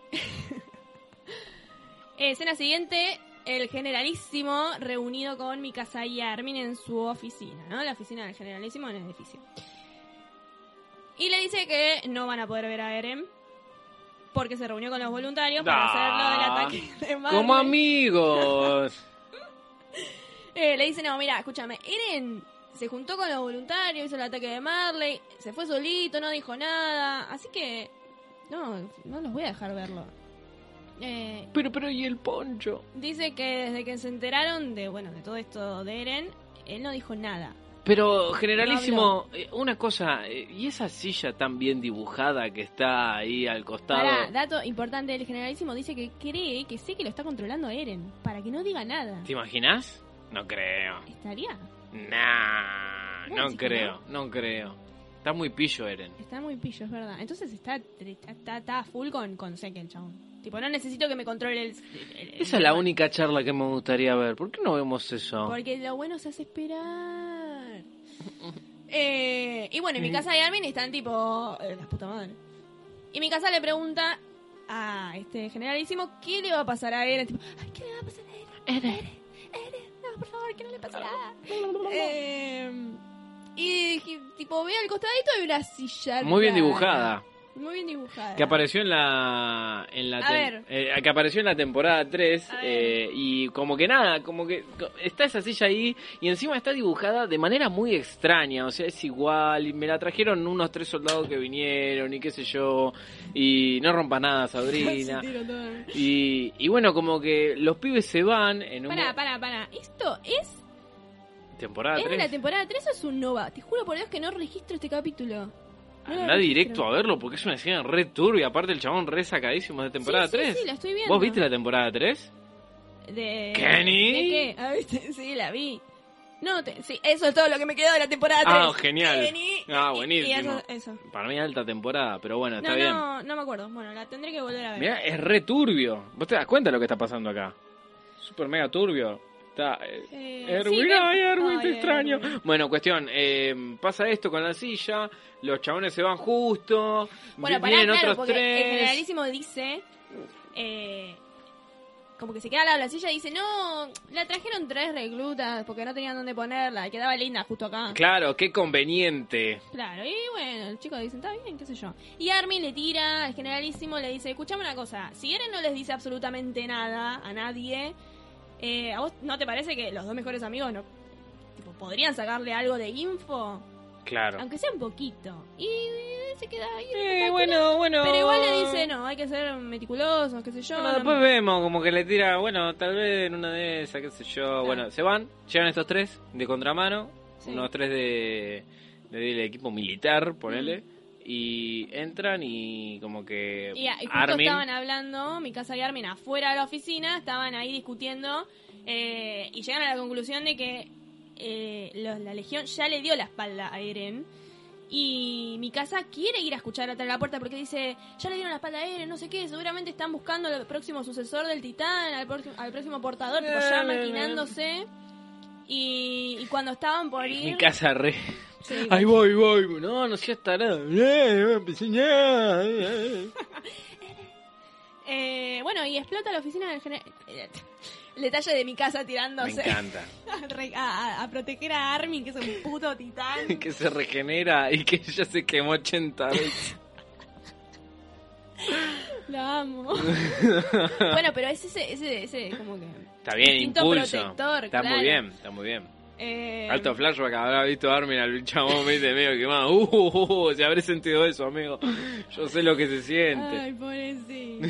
Speaker 3: Escena siguiente, el generalísimo reunido con Mikasa y Armin en su oficina, ¿no? La oficina del generalísimo en el edificio. Y le dice que no van a poder ver a Eren porque se reunió con los voluntarios para
Speaker 2: Ah,
Speaker 3: hacer lo del ataque de Marley.
Speaker 2: Como amigos.
Speaker 3: Eh, le dice, no, mira, escúchame, Eren se juntó con los voluntarios, hizo el ataque de Marley, se fue solito, no dijo nada, así que no, no los voy a dejar verlo. Eh,
Speaker 2: Pero, pero, ¿y el poncho?
Speaker 3: dice que desde que se enteraron de, bueno, de todo esto de Eren, él no dijo nada.
Speaker 2: Pero, generalísimo, eh, una cosa, eh, ¿y esa silla tan bien dibujada que está ahí al costado?
Speaker 3: Pará, dato importante, el generalísimo dice que cree que sé que lo está controlando Eren, para que no diga nada.
Speaker 2: ¿Te imaginas? No creo.
Speaker 3: ¿Estaría?
Speaker 2: Nah,
Speaker 3: ¿Vos
Speaker 2: no
Speaker 3: decís que
Speaker 2: creo, no creo. Está muy pillo, Eren.
Speaker 3: Está muy pillo, es verdad. Entonces está está, está, está full con, con Zeke el chabón. Tipo, no necesito que me controle el... el- el-
Speaker 2: Esa es la única charla que me gustaría ver. ¿Por qué no vemos eso?
Speaker 3: Porque lo bueno se hace esperar. eh, y bueno, en mi casa y Armin están tipo... Eh, la puta madre. Y mi casa le pregunta a este generalísimo qué le va a pasar a Eren. Tipo, ay, ¿qué le va a pasar a Eren? Eren, Eren, no, por favor, que no le pase nada. eh, y tipo, ve al costadito y una silla.
Speaker 2: Muy bien
Speaker 3: rara.
Speaker 2: dibujada.
Speaker 3: Muy bien dibujada.
Speaker 2: Que apareció en la en la
Speaker 3: A
Speaker 2: tem-
Speaker 3: ver.
Speaker 2: eh, que apareció en la temporada tres,
Speaker 3: A ver.
Speaker 2: eh, y como que nada, como que co- está esa silla ahí y encima está dibujada de manera muy extraña, o sea, es igual y me la trajeron unos tres soldados que vinieron y qué sé yo, y no rompa nada, Sabrina.
Speaker 3: Sí, tiro todo.
Speaker 2: y, y bueno, como que los pibes se van en un
Speaker 3: Pará,
Speaker 2: mo-
Speaker 3: pará, pará. ¿Esto es,
Speaker 2: temporada
Speaker 3: es de la
Speaker 2: tres.
Speaker 3: temporada tres o es un Nova? Te juro por Dios que no registro este capítulo. No lo
Speaker 2: Anda
Speaker 3: registro.
Speaker 2: directo a verlo porque es una escena re turbia, aparte el chabón re sacadísimo de temporada
Speaker 3: Sí, sí,
Speaker 2: tres.
Speaker 3: sí, la estoy viendo.
Speaker 2: ¿Vos viste la temporada tres?
Speaker 3: De...
Speaker 2: ¿Kenny?
Speaker 3: ¿De qué? Ah, ¿viste? Sí, la vi. No, te... sí, eso es todo lo que me quedó de la temporada tres.
Speaker 2: Ah, genial.
Speaker 3: Kenny.
Speaker 2: Ah,
Speaker 3: Y-
Speaker 2: buenísimo.
Speaker 3: Y eso, eso.
Speaker 2: Para mí alta temporada, pero bueno, está
Speaker 3: No,
Speaker 2: bien.
Speaker 3: no, no me acuerdo. Bueno, la tendré que volver a ver.
Speaker 2: Mirá, es re turbio. ¿Vos te das cuenta de lo que está pasando acá? Super mega turbio. Está... Eh,
Speaker 3: Eh,
Speaker 2: Erwin,
Speaker 3: sí,
Speaker 2: ay,
Speaker 3: me-
Speaker 2: Erwin, te
Speaker 3: ay,
Speaker 2: extraño.
Speaker 3: Erwin.
Speaker 2: Bueno, cuestión, eh, pasa esto con la silla, los chabones se van justo,
Speaker 3: Bueno,
Speaker 2: vi-
Speaker 3: pará,
Speaker 2: vienen
Speaker 3: claro,
Speaker 2: otros
Speaker 3: porque
Speaker 2: tres.
Speaker 3: el generalísimo dice... Eh, como que se queda al lado de la silla y dice, no, la trajeron tres reclutas porque no tenían dónde ponerla. Y quedaba linda justo acá.
Speaker 2: Claro, qué conveniente.
Speaker 3: Claro, y bueno, el chico dice, está bien, qué sé yo. Y Armin le tira, al generalísimo le dice, escuchame una cosa, si Eren no les dice absolutamente nada a nadie, eh, ¿a vos no te parece que los dos mejores amigos no tipo, podrían sacarle algo de info?
Speaker 2: Claro.
Speaker 3: Aunque sea un poquito. Y, eh, se queda ahí. en
Speaker 2: Eh,
Speaker 3: espectáculo.
Speaker 2: bueno, bueno.
Speaker 3: Pero igual le dice, no, hay que ser meticulosos, qué sé yo.
Speaker 2: Bueno,
Speaker 3: no-
Speaker 2: después vemos como que le tira, bueno, tal vez en una de esas, qué sé yo. Bueno, se van, llegan estos tres de contramano,
Speaker 3: Sí.
Speaker 2: unos tres de, de- del equipo militar, ponele. Y entran y como que
Speaker 3: Y, y justo
Speaker 2: Armin...
Speaker 3: estaban hablando, Mikasa y Armin afuera de la oficina, estaban ahí discutiendo eh, y llegaron a la conclusión de que eh, los, la Legión ya le dio la espalda a Eren. Y Mikasa quiere ir a escuchar atrás de la puerta porque dice, ya le dieron la espalda a Eren, no sé qué, seguramente están buscando al próximo sucesor del titán, al, próximo, al próximo portador, tipo ya maquinándose. Y, y cuando estaban por ir...
Speaker 2: Mikasa re...
Speaker 3: Sí,
Speaker 2: Ay, voy, voy. No, no seas tarado. Eh,
Speaker 3: eh, bueno, y explota la oficina del general... El detalle de mi casa tirándose.
Speaker 2: Me encanta.
Speaker 3: A, a, a proteger a Armin, que es un puto titán.
Speaker 2: Que se regenera y que ya se quemó ochenta veces.
Speaker 3: Lo amo. Bueno, pero es ese, ese, ese como que...
Speaker 2: Está bien,
Speaker 3: instinto
Speaker 2: impulso.
Speaker 3: protector,
Speaker 2: Está
Speaker 3: claro.
Speaker 2: muy bien, está muy bien.
Speaker 3: Eh...
Speaker 2: Alto flashback, habrá visto a Armin al chabón medio quemado. Uh, uh, uh, se habré sentido eso, amigo. Yo sé lo que se siente.
Speaker 3: Ay, pobrecito.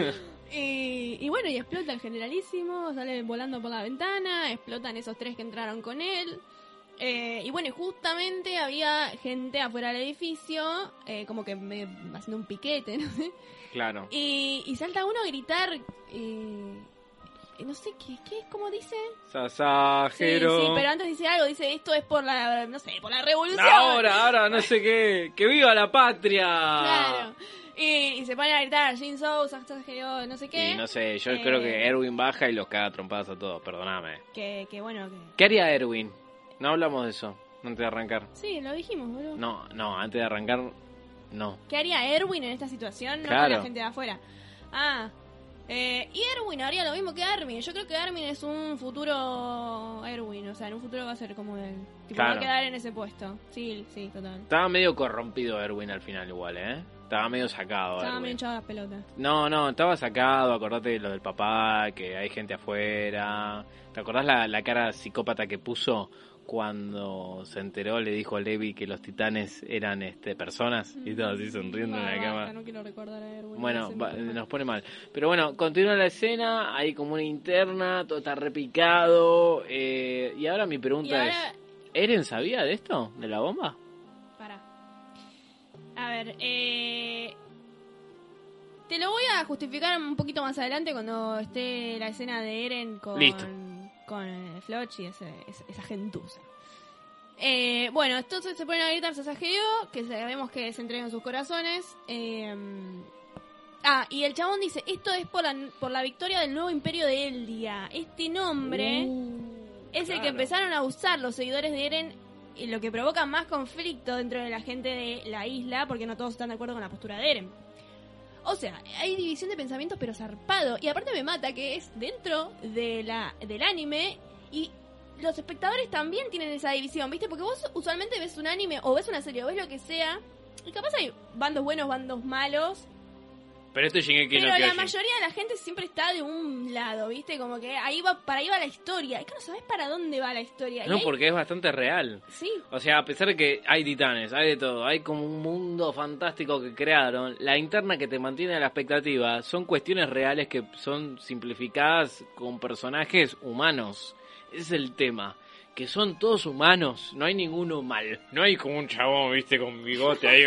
Speaker 3: Y, y bueno, y explota el generalísimo, sale volando por la ventana, explotan esos tres que entraron con él. Eh, y bueno, y justamente había gente afuera del edificio, eh, como que me, haciendo un piquete, no sé.
Speaker 2: Claro.
Speaker 3: Y, y salta uno a gritar, eh, no sé qué, qué, ¿cómo dice?
Speaker 2: Sasajero.
Speaker 3: Sí, sí, pero antes dice algo, dice esto es por la, no sé, por la revolución.
Speaker 2: Ahora, ahora, no sé qué. ¡Que viva la patria!
Speaker 3: Claro. Y, y se ponen a gritar Shinzo, Sasajero, no sé qué.
Speaker 2: Y no sé, yo
Speaker 3: Eh,
Speaker 2: creo que Erwin baja y los caga trompadas a todos, perdóname.
Speaker 3: Que, que bueno, que...
Speaker 2: ¿Qué haría Erwin? No hablamos de eso, antes de arrancar.
Speaker 3: Sí, lo dijimos, boludo.
Speaker 2: No, no, antes de arrancar, no.
Speaker 3: ¿Qué haría Erwin en esta situación? No
Speaker 2: Claro.
Speaker 3: con la gente de afuera. Ah, eh, y Erwin haría lo mismo que Armin. Yo creo que Armin es un futuro Erwin. O sea, en un futuro va a ser como él. Tipo,
Speaker 2: Claro.
Speaker 3: va a quedar en ese puesto. Sí, sí, total.
Speaker 2: Estaba medio corrompido Erwin al final igual, ¿eh? Estaba medio sacado.
Speaker 3: Estaba
Speaker 2: Erwin.
Speaker 3: medio echado las pelotas.
Speaker 2: No, no, estaba sacado, acordate de lo del papá, que hay gente afuera. ¿Te acordás la, la cara psicópata que puso cuando se enteró? Le dijo a Levi que los titanes eran este personas y todo así sonriendo en la
Speaker 3: Basta,
Speaker 2: cama.
Speaker 3: No quiero recordar a Erwin.
Speaker 2: Bueno,
Speaker 3: me
Speaker 2: va-
Speaker 3: pone mal.
Speaker 2: nos pone mal. Pero bueno, continúa la escena, hay como una interna, todo está repicado. Eh, y ahora mi pregunta
Speaker 3: Y ahora-
Speaker 2: es, ¿Eren sabía de esto? ¿De la bomba?
Speaker 3: Pará. A ver, eh... te lo voy a justificar un poquito más adelante cuando esté la escena de Eren con,
Speaker 2: Listo.
Speaker 3: con eh, Floch y ese, esa, esa gentuza. Eh, bueno, entonces se ponen a gritar Sasageo, que sabemos que se entregan sus corazones. Eh, ah, y el chabón dice, esto es por la, por la victoria del nuevo imperio de Eldia. Este nombre es el que
Speaker 2: claro.
Speaker 3: empezaron a usar los seguidores de Eren, y lo que provoca más conflicto dentro de la gente de la isla, porque no todos están de acuerdo con la postura de Eren. O sea, hay división de pensamientos, pero zarpado. Y aparte me mata que es dentro de la del anime, y los espectadores también tienen esa división, ¿viste? Porque vos usualmente ves un anime o ves una serie o ves lo que sea, y capaz hay bandos buenos, bandos malos,
Speaker 2: Pero esto es Shingeki no
Speaker 3: pero la
Speaker 2: Kyojin.
Speaker 3: mayoría de la gente siempre está de un lado, ¿viste? Como que ahí va, para ahí va la historia. Es que no sabes para dónde va la historia. Y
Speaker 2: No,
Speaker 3: ahí-
Speaker 2: porque es bastante real.
Speaker 3: Sí,
Speaker 2: O sea, a pesar de que hay titanes, hay de todo, hay como un mundo fantástico que crearon, la interna que te mantiene a la expectativa son cuestiones reales que son simplificadas con personajes humanos. Ese es el tema. Que son todos humanos, no hay ninguno mal. No hay como un chabón, viste, con bigote ahí.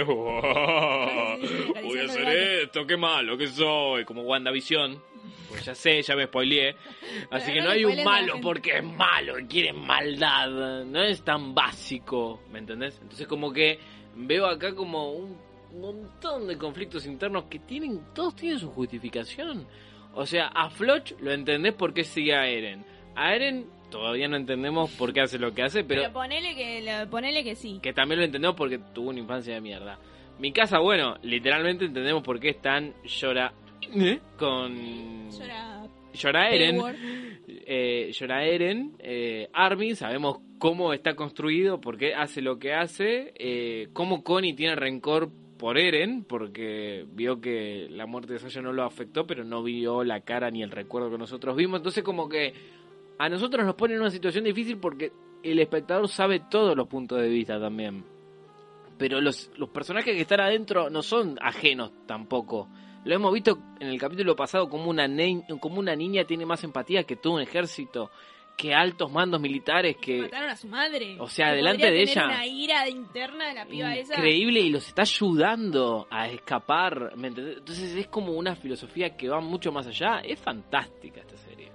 Speaker 2: "Oh, voy a hacer esto, qué malo que soy. Como WandaVision. Pues ya sé, ya me spoileé. Así
Speaker 3: Pero
Speaker 2: que
Speaker 3: no
Speaker 2: no hay
Speaker 3: le
Speaker 2: un
Speaker 3: spoilees a la
Speaker 2: malo
Speaker 3: gente.
Speaker 2: porque es malo y quiere maldad. No es tan básico, ¿me entendés? Entonces como que veo acá como un montón de conflictos internos que tienen, todos tienen su justificación. O sea, a Floch lo entendés por qué sigue a Eren. A Eren todavía no entendemos por qué hace lo que hace, pero,
Speaker 3: pero, ponele que lo- ponele que sí.
Speaker 2: que también lo entendemos porque tuvo una infancia de mierda. Mi casa, bueno, literalmente entendemos por qué están llora ¿eh? con
Speaker 3: Llora
Speaker 2: llora Eren.
Speaker 3: Hayward.
Speaker 2: Eh, llora Eren, eh, Armin, sabemos cómo está construido, por qué hace lo que hace, eh, cómo Connie tiene rencor por Eren, porque vio que la muerte de Sasha no lo afectó, pero no vio la cara ni el recuerdo que nosotros vimos, entonces como que a nosotros nos pone en una situación difícil porque el espectador sabe todos los puntos de vista también, pero los, los personajes que están adentro no son ajenos tampoco. Lo hemos visto en el capítulo pasado como una, ne- como una niña tiene más empatía que todo un ejército que altos mandos militares que...
Speaker 3: Mataron a su madre.
Speaker 2: O sea,
Speaker 3: Que
Speaker 2: delante
Speaker 3: podría
Speaker 2: de
Speaker 3: tener
Speaker 2: ella.
Speaker 3: una ira interna de la piba esa.
Speaker 2: Increíble, y los está ayudando a escapar, ¿me entendés? Entonces es como una filosofía que va mucho más allá. Es fantástica esta serie.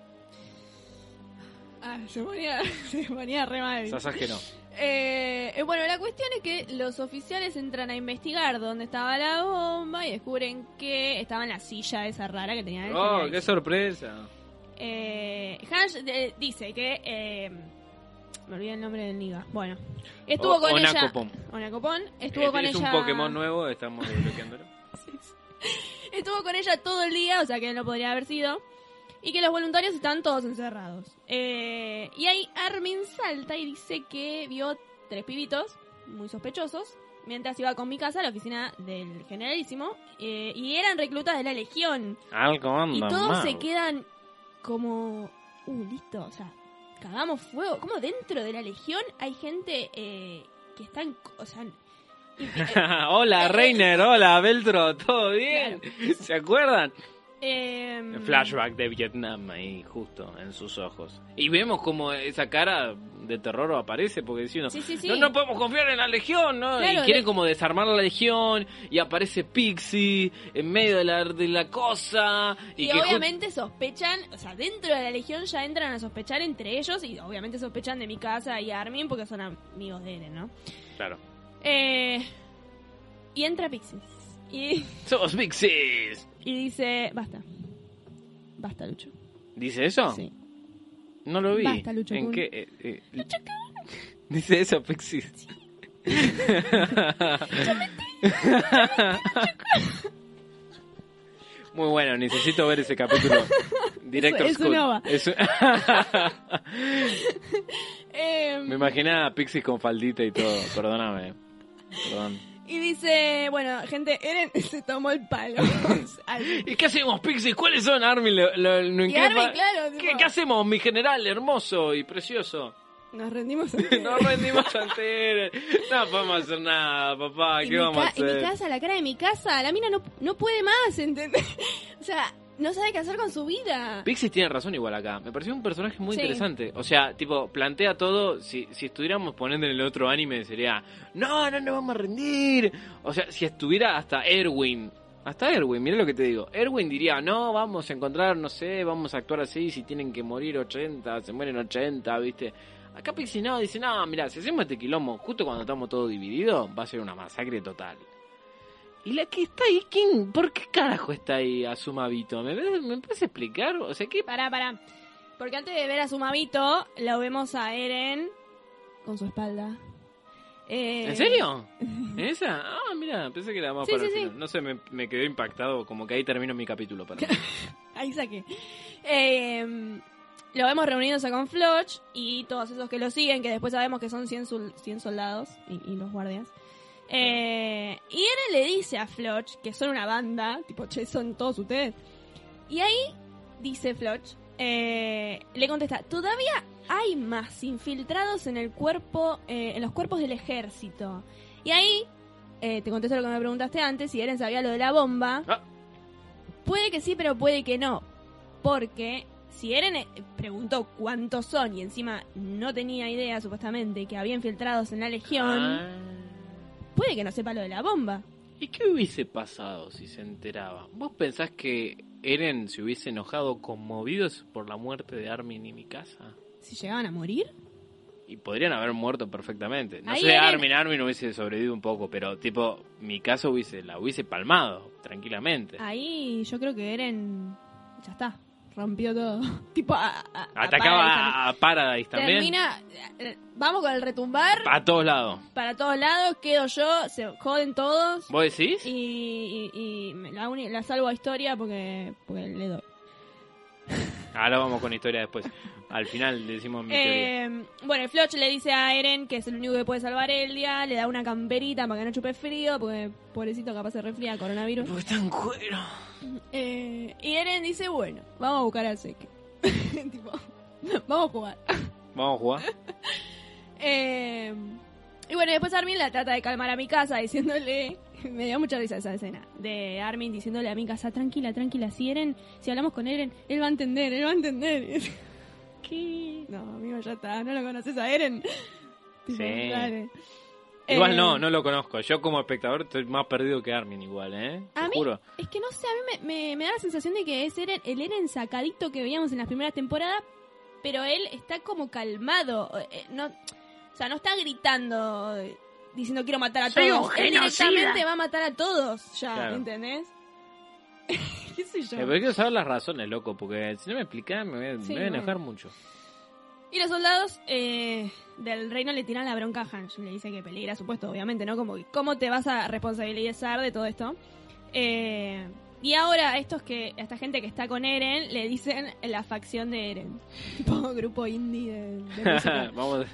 Speaker 3: Ah, se ponía, se ponía re mal.
Speaker 2: Sasaj no.
Speaker 3: Eh, eh, bueno, la cuestión es que los oficiales entran a investigar dónde estaba la bomba y descubren que estaba en la silla esa rara que tenía el
Speaker 2: Oh,
Speaker 3: general.
Speaker 2: qué sorpresa.
Speaker 3: Eh, Hansh eh, dice que... Eh, me olvidé el nombre del Niga. Bueno, estuvo
Speaker 2: O-
Speaker 3: con ella...
Speaker 2: Onacopón.
Speaker 3: Onacopón. Estuvo
Speaker 2: Es,
Speaker 3: con
Speaker 2: es
Speaker 3: ella...
Speaker 2: un Pokémon nuevo, estamos desbloqueándolo.
Speaker 3: Estuvo con ella todo el día, o sea que no podría haber sido. Y que los voluntarios están todos encerrados. Eh, y ahí Armin salta y dice que vio tres pibitos muy sospechosos mientras iba con Mikasa a la oficina del generalísimo. Eh, y eran reclutas de la Legión.
Speaker 2: Algo anda
Speaker 3: Y todos
Speaker 2: mal.
Speaker 3: se quedan como... Uh, listo, o sea, cagamos fuego. ¿Cómo dentro de la Legión hay gente eh, que están... O sea... y- eh,
Speaker 2: Hola, Reiner, hola, Beltro, ¿todo bien? ¿Se acuerdan?
Speaker 3: eh,
Speaker 2: El flashback de Vietnam ahí, justo, en sus ojos. Y vemos como esa cara de terror aparece, porque decimos,
Speaker 3: Sí, sí, sí.
Speaker 2: no, no podemos confiar en la Legión, ¿no?
Speaker 3: Claro,
Speaker 2: y quieren
Speaker 3: de-
Speaker 2: como desarmar la Legión, y aparece Pixie en medio de la, de la cosa. Y,
Speaker 3: Y,
Speaker 2: que ju-
Speaker 3: obviamente sospechan, o sea, dentro de la Legión ya entran a sospechar entre ellos y obviamente sospechan de Mikasa y Armin porque son amigos de Eren, ¿no?
Speaker 2: Claro.
Speaker 3: Eh, y entra Pixie y,
Speaker 2: ¡Somos Pixies!
Speaker 3: y dice, basta, basta Lucho.
Speaker 2: ¿Dice eso?
Speaker 3: Sí.
Speaker 2: No lo vi.
Speaker 3: Basta, Lucho
Speaker 2: ¿En
Speaker 3: Kun.
Speaker 2: qué? Eh, eh, Dice eso, Pixies. Muy bueno, necesito ver ese capítulo. Director
Speaker 3: Es- es
Speaker 2: Scott.
Speaker 3: una ova.
Speaker 2: Es un-
Speaker 3: Eh,
Speaker 2: Me imaginaba a Pixies con faldita y todo. Perdóname. Perdón.
Speaker 3: y dice, bueno, gente, Eren se tomó el palo. Al-
Speaker 2: ¿Y qué hacemos, Pixies? ¿Cuáles son, Armin? Lo- lo- lo- ¿en
Speaker 3: Y
Speaker 2: qué
Speaker 3: Armin,
Speaker 2: fa-
Speaker 3: claro,
Speaker 2: ¿Qué,
Speaker 3: tipo-
Speaker 2: qué hacemos, mi general hermoso y precioso?
Speaker 3: Nos rendimos.
Speaker 2: No rendimos ante Eren. No podemos hacer nada, papá.
Speaker 3: Y
Speaker 2: ¿Qué
Speaker 3: mi
Speaker 2: vamos a
Speaker 3: ca- y mi
Speaker 2: hacer?
Speaker 3: casa, la cara de mi casa, la mina no, no puede más, ¿entendés? O sea, no sabe qué hacer con su vida.
Speaker 2: Pixies tiene razón igual acá. Me pareció un personaje muy
Speaker 3: Sí.
Speaker 2: interesante. O sea, tipo, plantea todo. Si, si estuviéramos poniendo en el otro anime sería, no, no nos vamos a rendir. O sea, si estuviera hasta Erwin. Hasta Erwin, mira lo que te digo. Erwin diría, no, vamos a encontrar, no sé, vamos a actuar así. Si tienen que morir ochenta, se mueren ochenta, ¿viste? Acá Pixies no, dice, no, mira, si hacemos este quilombo justo cuando estamos todos divididos, va a ser una masacre total. ¿Y la que está ahí? ¿Quién? ¿Por qué carajo está ahí Azumabito? ¿Me, ¿Me puedes explicar? O sea, ¿qué?
Speaker 3: Pará, pará. Porque antes de ver a su mamito, lo vemos a Eren con su espalda. Eh,
Speaker 2: ¿En serio? ¿En esa? Ah, mira, pensé que era más
Speaker 3: Sí,
Speaker 2: para
Speaker 3: sí,
Speaker 2: el
Speaker 3: sí.
Speaker 2: final. No sé, me, me quedé impactado, como que ahí termino mi capítulo para mí.
Speaker 3: Ahí saqué. Eh, lo vemos reuniéndose con Floch y todos esos que lo siguen, que después sabemos que son cien, sol- cien soldados y, y los guardias. Eh, y Eren le dice a Floch que son una banda, tipo, che, son todos ustedes. Y ahí dice Floch, eh, le contesta, todavía hay más infiltrados en el cuerpo, eh, en los cuerpos del ejército. Y ahí eh, te contesto lo que me preguntaste antes, si Eren sabía lo de la bomba.
Speaker 2: Ah.
Speaker 3: Puede que sí, pero puede que no. Porque si Eren eh, preguntó cuántos son y encima no tenía idea, supuestamente, que había infiltrados en la Legión,
Speaker 2: Ah.
Speaker 3: puede que no sepa lo de la bomba.
Speaker 2: ¿Y qué hubiese pasado si se enteraba? ¿Vos pensás que Eren se hubiese enojado, conmovidos por la muerte de Armin y Mikasa?
Speaker 3: Si llegaban a morir.
Speaker 2: Y podrían haber muerto perfectamente. No
Speaker 3: Ahí
Speaker 2: sé,
Speaker 3: Eren-
Speaker 2: Armin, Armin hubiese sobrevivido un poco, pero tipo, Mikasa hubiese, la hubiese palmado, tranquilamente.
Speaker 3: Ahí yo creo que Eren ya está, rompió todo. tipo, a, a- a Paradise
Speaker 2: Atacaba a Paradise también.
Speaker 3: Termina, eh, vamos con el retumbar
Speaker 2: A todos lados.
Speaker 3: para todos lados, quedo yo, se joden todos.
Speaker 2: ¿Vos decís?
Speaker 3: Y, y, y me- la, uni- la salvo a Historia porque, porque le doy.
Speaker 2: Ahora vamos con historia después. Al final decimos mi teoría.
Speaker 3: Eh, bueno, el Floch le dice a Eren que es el único que puede salvar el día, le da una camperita para que no chupe frío, porque pobrecito capaz se resfría coronavirus.
Speaker 2: Porque está en cuero.
Speaker 3: Eh, y Eren dice, bueno, vamos a buscar al Seque. tipo, vamos a jugar.
Speaker 2: Vamos a jugar.
Speaker 3: Eh, y bueno, después Armin la trata de calmar a Mikasa diciéndole, me dio mucha risa esa escena, de Armin diciéndole a Mikasa, tranquila, tranquila, si Eren, si hablamos con Eren, él va a entender, él va a entender.
Speaker 2: ¿Qué?
Speaker 3: No, amigo, ya está. ¿No lo conoces a Eren? Tipo,
Speaker 2: Sí.
Speaker 3: dale.
Speaker 2: Igual
Speaker 3: Eh,
Speaker 2: no, no lo conozco. Yo como espectador estoy más perdido que Armin igual, ¿eh? Te
Speaker 3: A mí,
Speaker 2: juro.
Speaker 3: es que no sé, a mí me, me, me da la sensación de que es Eren, el Eren sacadito que veíamos en las primeras temporadas, pero él está como calmado. eh, no, o sea, no está gritando, eh, diciendo quiero matar a
Speaker 1: ¡Soy
Speaker 3: todos.
Speaker 1: un
Speaker 3: Él
Speaker 1: genocida!
Speaker 3: directamente va a matar a todos ya,
Speaker 2: Claro.
Speaker 3: ¿entendés? ¿Qué sé yo?
Speaker 2: Eh, pero quiero saber las razones, loco, porque si no me explicás me voy a,
Speaker 3: Sí,
Speaker 2: me voy a enojar
Speaker 3: bueno.
Speaker 2: mucho.
Speaker 3: Y los soldados eh, del reino le tiran la bronca a Hange. Le dice que peligra su puesto, obviamente, ¿no? Como que, ¿cómo te vas a responsabilizar de todo esto? Eh, y ahora a estos que, a esta gente que está con Eren le dicen la facción de Eren. Tipo grupo indie de, de música.
Speaker 2: Vamos.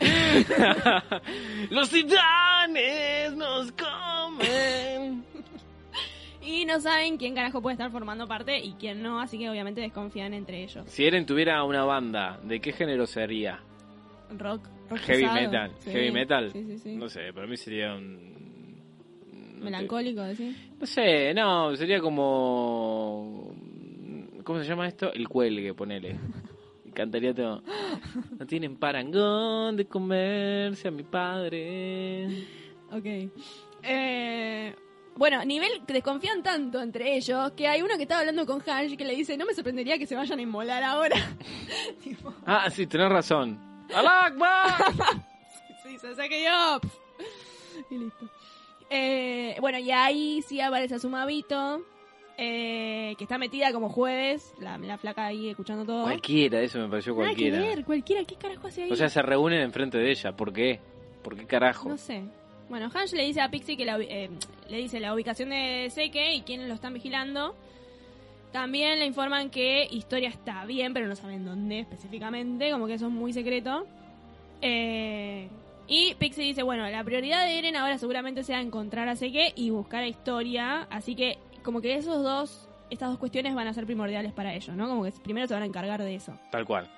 Speaker 2: Los titanes nos comen.
Speaker 3: Y no saben quién carajo puede estar formando parte y quién no, así que obviamente desconfían entre ellos.
Speaker 2: Si Eren tuviera una banda, ¿de qué género sería?
Speaker 3: Rock, rock
Speaker 2: Heavy
Speaker 3: pesado.
Speaker 2: metal.
Speaker 3: Sí,
Speaker 2: Heavy metal.
Speaker 3: Sí, sí, sí.
Speaker 2: No sé, para mí sería un... no
Speaker 3: Melancólico, decís.
Speaker 2: te- No sé, no, sería como... ¿Cómo se llama esto? El cuelgue, ponele. Y cantaría todo. No tienen parangón de comerse a mi padre.
Speaker 3: Ok. Eh, bueno, nivel que desconfían tanto entre ellos que hay uno que estaba hablando con Hange que le dice, no me sorprendería que se vayan a inmolar ahora. Tipo,
Speaker 2: Ah, sí, tenés razón. ¡Alá Akbar!
Speaker 3: sí, se saque yo. Y listo. Eh, bueno, y ahí sí aparece Azumabito, eh, que está metida como jueves, la, la flaca ahí escuchando todo.
Speaker 2: Cualquiera, eso me pareció
Speaker 3: Nada
Speaker 2: cualquiera.
Speaker 3: que ver, cualquiera, ¿qué carajo hace ahí?
Speaker 2: O sea, se reúnen enfrente de ella. ¿Por qué? ¿Por qué carajo?
Speaker 3: No sé. Bueno, Hange le dice a Pixie que la, ubi- eh, le dice la ubicación de Seke y quiénes lo están vigilando. También le informan que Historia está bien, pero no saben dónde específicamente, como que eso es muy secreto. Eh, y Pixie dice, bueno, la prioridad de Eren ahora seguramente sea encontrar a Seke y buscar a Historia, así que como que esos dos, estas dos cuestiones van a ser primordiales para ellos, ¿no? Como que primero se van a encargar de eso.
Speaker 2: Tal cual.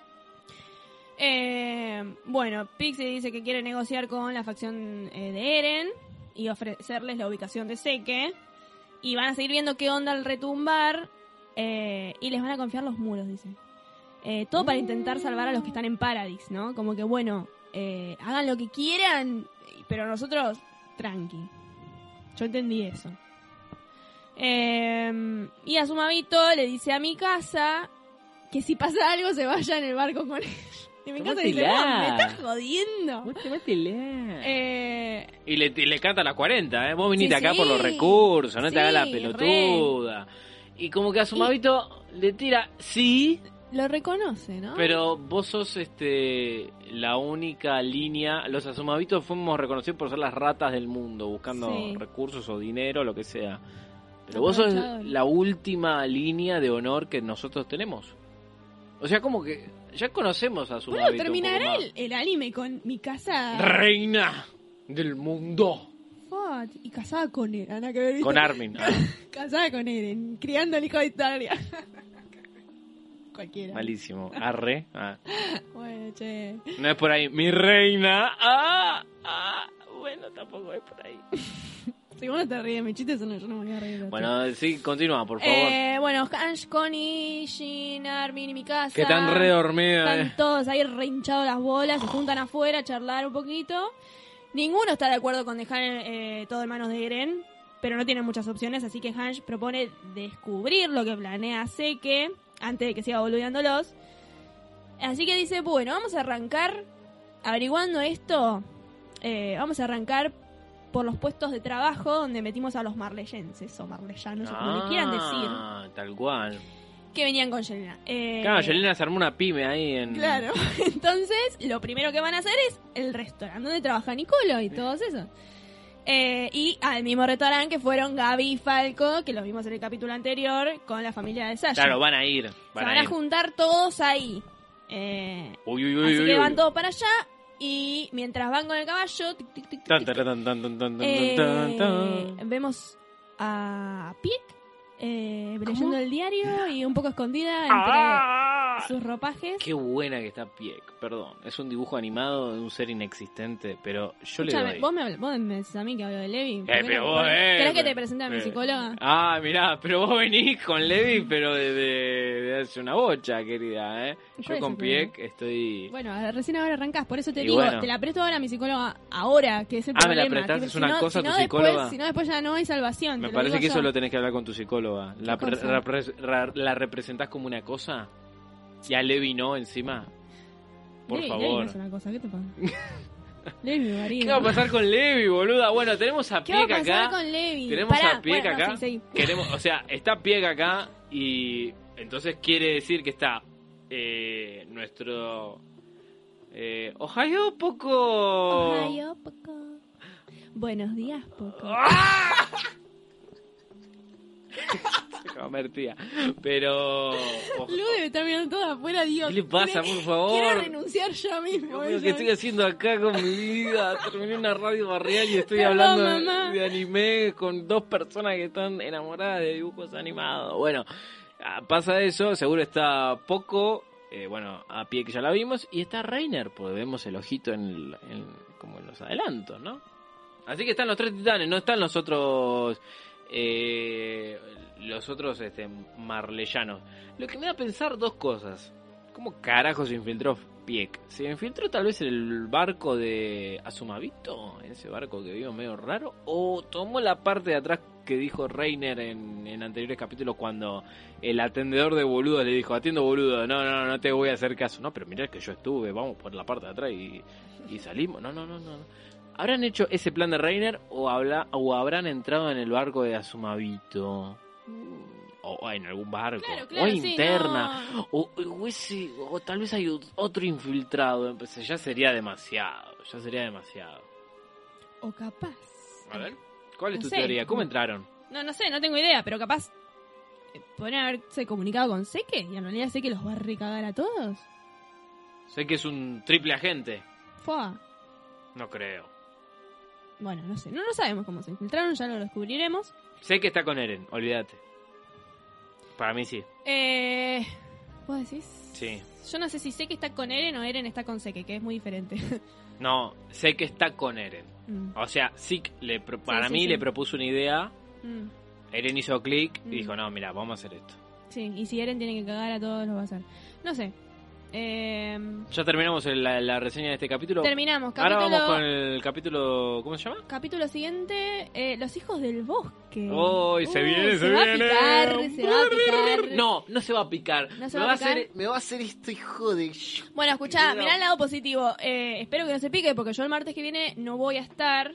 Speaker 3: Eh, bueno, Pixie dice que quiere negociar con la facción eh, de Eren y ofrecerles la ubicación de Seke. Y van a seguir viendo qué onda al retumbar. Eh, y les van a confiar los muros, dice. Eh, todo para intentar salvar a los que están en Paradis, ¿no? Como que, bueno, eh, hagan lo que quieran, pero nosotros, tranqui. Yo entendí eso. Eh, y a Sumabito le dice a Mikasa que si pasa algo se vaya en el barco con él. Y mi casa dice,
Speaker 2: Tómatela.
Speaker 3: "No, me estás jodiendo".
Speaker 2: Mátela.
Speaker 3: Eh,
Speaker 2: Y le, y le canta a las cuarenta, ¿eh? Vos viniste
Speaker 3: Sí,
Speaker 2: acá
Speaker 3: sí.
Speaker 2: por los recursos, no
Speaker 3: Sí,
Speaker 2: te hagas la pelotuda. Y como que a su mavito le tira, sí,
Speaker 3: lo reconoce, ¿no?
Speaker 2: pero vos sos este la única línea. Los asumavitos fuimos reconocidos por ser las ratas del mundo, buscando
Speaker 3: Sí.
Speaker 2: recursos o dinero, lo que sea. Pero vos sos
Speaker 3: Aprovechador.
Speaker 2: la última línea de honor que nosotros tenemos. O sea, como que ya conocemos a su
Speaker 3: Bueno, terminará el, el anime con mi casa
Speaker 2: reina del mundo.
Speaker 3: What? Y casada con Eren, nada que ver, ¿viste?
Speaker 2: Con Armin. Ah,
Speaker 3: Casada con Eren, criando al hijo de Italia. Cualquiera.
Speaker 2: malísimo. Arre. Ah.
Speaker 3: Bueno, che.
Speaker 2: No es por ahí. Mi reina. Ah, ah. Bueno, tampoco es por ahí.
Speaker 3: Si vos no te ríes, mi chiste, eso no, yo no me voy a reír.
Speaker 2: Bueno, sí, continúa, por favor.
Speaker 3: Eh, bueno, Hange, Connie, Shin, Armin y Mikasa.
Speaker 2: que tan re dormida.
Speaker 3: Están
Speaker 2: Eh.
Speaker 3: todos ahí rehinchados las bolas, se juntan afuera a charlar un poquito. Ninguno está de acuerdo con dejar eh, todo en manos de Eren, pero no tienen muchas opciones, así que Hange propone descubrir lo que planea Seke antes de que siga boludeándolos. Así que dice, bueno, vamos a arrancar averiguando esto. Eh, vamos a arrancar por los puestos de trabajo donde metimos a los marleyenses o marleyanos, o como le quieran decir,
Speaker 2: Ah, tal cual.
Speaker 3: que venían con Yelena. Eh,
Speaker 2: Claro, Yelena se armó una pyme ahí en...
Speaker 3: Claro, entonces lo primero que van a hacer es el restaurante donde trabaja Nicolo y todos esos. Eh, y al mismo restaurante que fueron Gaby y Falco, que los vimos en el capítulo anterior, con la familia de Sasha.
Speaker 2: Claro, van a ir.
Speaker 3: Se
Speaker 2: Van,
Speaker 3: van
Speaker 2: a
Speaker 3: a
Speaker 2: ir.
Speaker 3: juntar todos ahí. Eh,
Speaker 2: Uy, uy, uy,
Speaker 3: así
Speaker 2: uy,
Speaker 3: que
Speaker 2: uy.
Speaker 3: van todos para allá y mientras van con el caballo, tic, tic, tic, tic,
Speaker 2: Tan,
Speaker 3: tic,
Speaker 2: tan, tan, tan, tan, tan,
Speaker 3: eh,
Speaker 2: tan, tan.
Speaker 3: vemos a Pieck eh, leyendo el diario y un poco escondida entre,
Speaker 2: Ah.
Speaker 3: sus ropajes.
Speaker 2: Qué buena que está Pieck, perdón. Es un dibujo animado de un ser inexistente, pero yo
Speaker 3: Escúchame,
Speaker 2: le doy.
Speaker 3: vos me, habl- vos me decís a mí que hablo de Levi. ¿Por
Speaker 2: Eh,
Speaker 3: qué
Speaker 2: pero
Speaker 3: no-
Speaker 2: vos,
Speaker 3: por-
Speaker 2: eh,
Speaker 3: ¿Querés que
Speaker 2: pero-
Speaker 3: te presente a mi
Speaker 2: eh.
Speaker 3: psicóloga?
Speaker 2: Ah, mirá, pero vos venís con Levi, pero de, de, de hace una bocha, querida, ¿eh?
Speaker 3: Por
Speaker 2: Yo
Speaker 3: eso,
Speaker 2: con
Speaker 3: pero-
Speaker 2: Pieck estoy...
Speaker 3: Bueno, a- recién ahora arrancás, por eso te
Speaker 2: Y
Speaker 3: digo,
Speaker 2: bueno.
Speaker 3: te la presto ahora a mi psicóloga ahora, que es el
Speaker 2: Ah, ¿me la
Speaker 3: problema.
Speaker 2: prestás?
Speaker 3: Tipo,
Speaker 2: ¿Es
Speaker 3: si
Speaker 2: una
Speaker 3: no-
Speaker 2: cosa
Speaker 3: si
Speaker 2: tu
Speaker 3: no
Speaker 2: psicóloga?
Speaker 3: Después, si no, después ya no hay salvación.
Speaker 2: Me
Speaker 3: te lo
Speaker 2: parece
Speaker 3: digo
Speaker 2: que
Speaker 3: yo.
Speaker 2: eso lo tenés que hablar con tu psicóloga. ¿La,
Speaker 3: ¿Qué
Speaker 2: pre-
Speaker 3: cosa?
Speaker 2: la pre- ra- ¿La representás como una cosa? Y a Levi no, encima. Por
Speaker 3: Levi, Levi
Speaker 2: favor.
Speaker 3: no es una cosa, ¿qué te pasa? Levi, mi marido.
Speaker 2: ¿Qué va a pasar con Levi, boluda? Bueno, tenemos a
Speaker 3: ¿Qué va a
Speaker 2: Pieck
Speaker 3: pasar
Speaker 2: acá.
Speaker 3: con Levi?
Speaker 2: Tenemos
Speaker 3: Pará,
Speaker 2: a Pieck
Speaker 3: bueno, no,
Speaker 2: acá.
Speaker 3: sí, seguí.
Speaker 2: Queremos, o sea, está Pieck acá y entonces quiere decir que está eh, nuestro eh, Ohio poco.
Speaker 3: Ohio, poco. Buenos días, poco.
Speaker 2: Se convertía. Pero ojo,
Speaker 3: Lu debe estar mirando todo afuera, Dios.
Speaker 2: ¿qué le pasa, por favor?
Speaker 3: Quiero renunciar yo mismo.
Speaker 2: Dios mío,
Speaker 3: ella.
Speaker 2: ¿qué estoy haciendo acá con mi vida? Terminé una radio barrial y estoy
Speaker 3: Perdón,
Speaker 2: hablando de,
Speaker 3: mamá.
Speaker 2: de anime con dos personas que están enamoradas de dibujos animados. Bueno, ah, pasa eso, seguro está Poco, eh, bueno, a pie que ya la vimos, y está Reiner, porque vemos el ojito en, el- en- como en los adelantos, ¿no? Así que están los tres titanes, no están los otros... Eh, los otros este, marleyanos. Lo que me da a pensar dos cosas. ¿Cómo carajo se infiltró Pieck? ¿Se infiltró tal vez en el barco de Azumabito? Ese barco que vio medio raro. ¿O tomó la parte de atrás que dijo Reiner en, en anteriores capítulos cuando el atendedor de boludos le dijo: atiendo boludo, no, no, no te voy a hacer caso? No, pero mirá que yo estuve, vamos por la parte de atrás y, y salimos. No, no, no, no. ¿Habrán hecho ese plan de Reiner o, habla, o habrán entrado en el barco de Azumabito? O, o en algún barco.
Speaker 3: Claro, claro,
Speaker 2: o
Speaker 3: sí,
Speaker 2: interna.
Speaker 3: no.
Speaker 2: O, o, ese, o tal vez hay otro infiltrado. Pues ya sería demasiado. Ya sería demasiado.
Speaker 3: O capaz.
Speaker 2: A ver, ¿cuál es
Speaker 3: No
Speaker 2: tu
Speaker 3: sé,
Speaker 2: teoría? ¿Cómo
Speaker 3: como-
Speaker 2: entraron?
Speaker 3: No, no sé, no tengo idea, pero capaz eh, podrían haberse comunicado con Seke y en realidad Seke los va a recagar a todos.
Speaker 2: Sé que es un triple agente.
Speaker 3: Fua.
Speaker 2: No creo.
Speaker 3: Bueno, no sé, no lo sabemos cómo se infiltraron, ya lo descubriremos.
Speaker 2: Sé que está con Eren, olvídate. Para mí sí.
Speaker 3: Eh, ¿Vos decís?
Speaker 2: Sí.
Speaker 3: Yo no sé si Seke está con Eren o Eren está con Seke, que es muy diferente.
Speaker 2: No, sé que está con Eren.
Speaker 3: Mm,
Speaker 2: O sea, Zeke le pro- para
Speaker 3: sí,
Speaker 2: mí
Speaker 3: sí.
Speaker 2: le propuso una idea.
Speaker 3: mm,
Speaker 2: Eren hizo clic y
Speaker 3: Mm.
Speaker 2: dijo: no, mira, vamos a hacer esto.
Speaker 3: sí, y si Eren tiene que cagar a todos, lo va a hacer. No sé. Eh,
Speaker 2: Ya terminamos el- la, la reseña de este capítulo.
Speaker 3: terminamos.
Speaker 2: Ahora
Speaker 3: Capítulo,
Speaker 2: vamos con el capítulo. ¿Cómo se llama?
Speaker 3: capítulo siguiente, eh, Los hijos del bosque.
Speaker 2: ¡Uy, se
Speaker 3: Uh,
Speaker 2: viene, se,
Speaker 3: se va a
Speaker 2: viene!
Speaker 3: picar, se va a picar.
Speaker 2: No, no se va a picar.
Speaker 3: ¿No se
Speaker 2: me,
Speaker 3: va a
Speaker 2: a hacer,
Speaker 3: picar?
Speaker 2: me va a hacer esto, hijo de.
Speaker 3: Bueno, escuchá,
Speaker 2: No.
Speaker 3: mirá el lado positivo. Eh, espero que no se pique porque yo el martes que viene no voy a estar.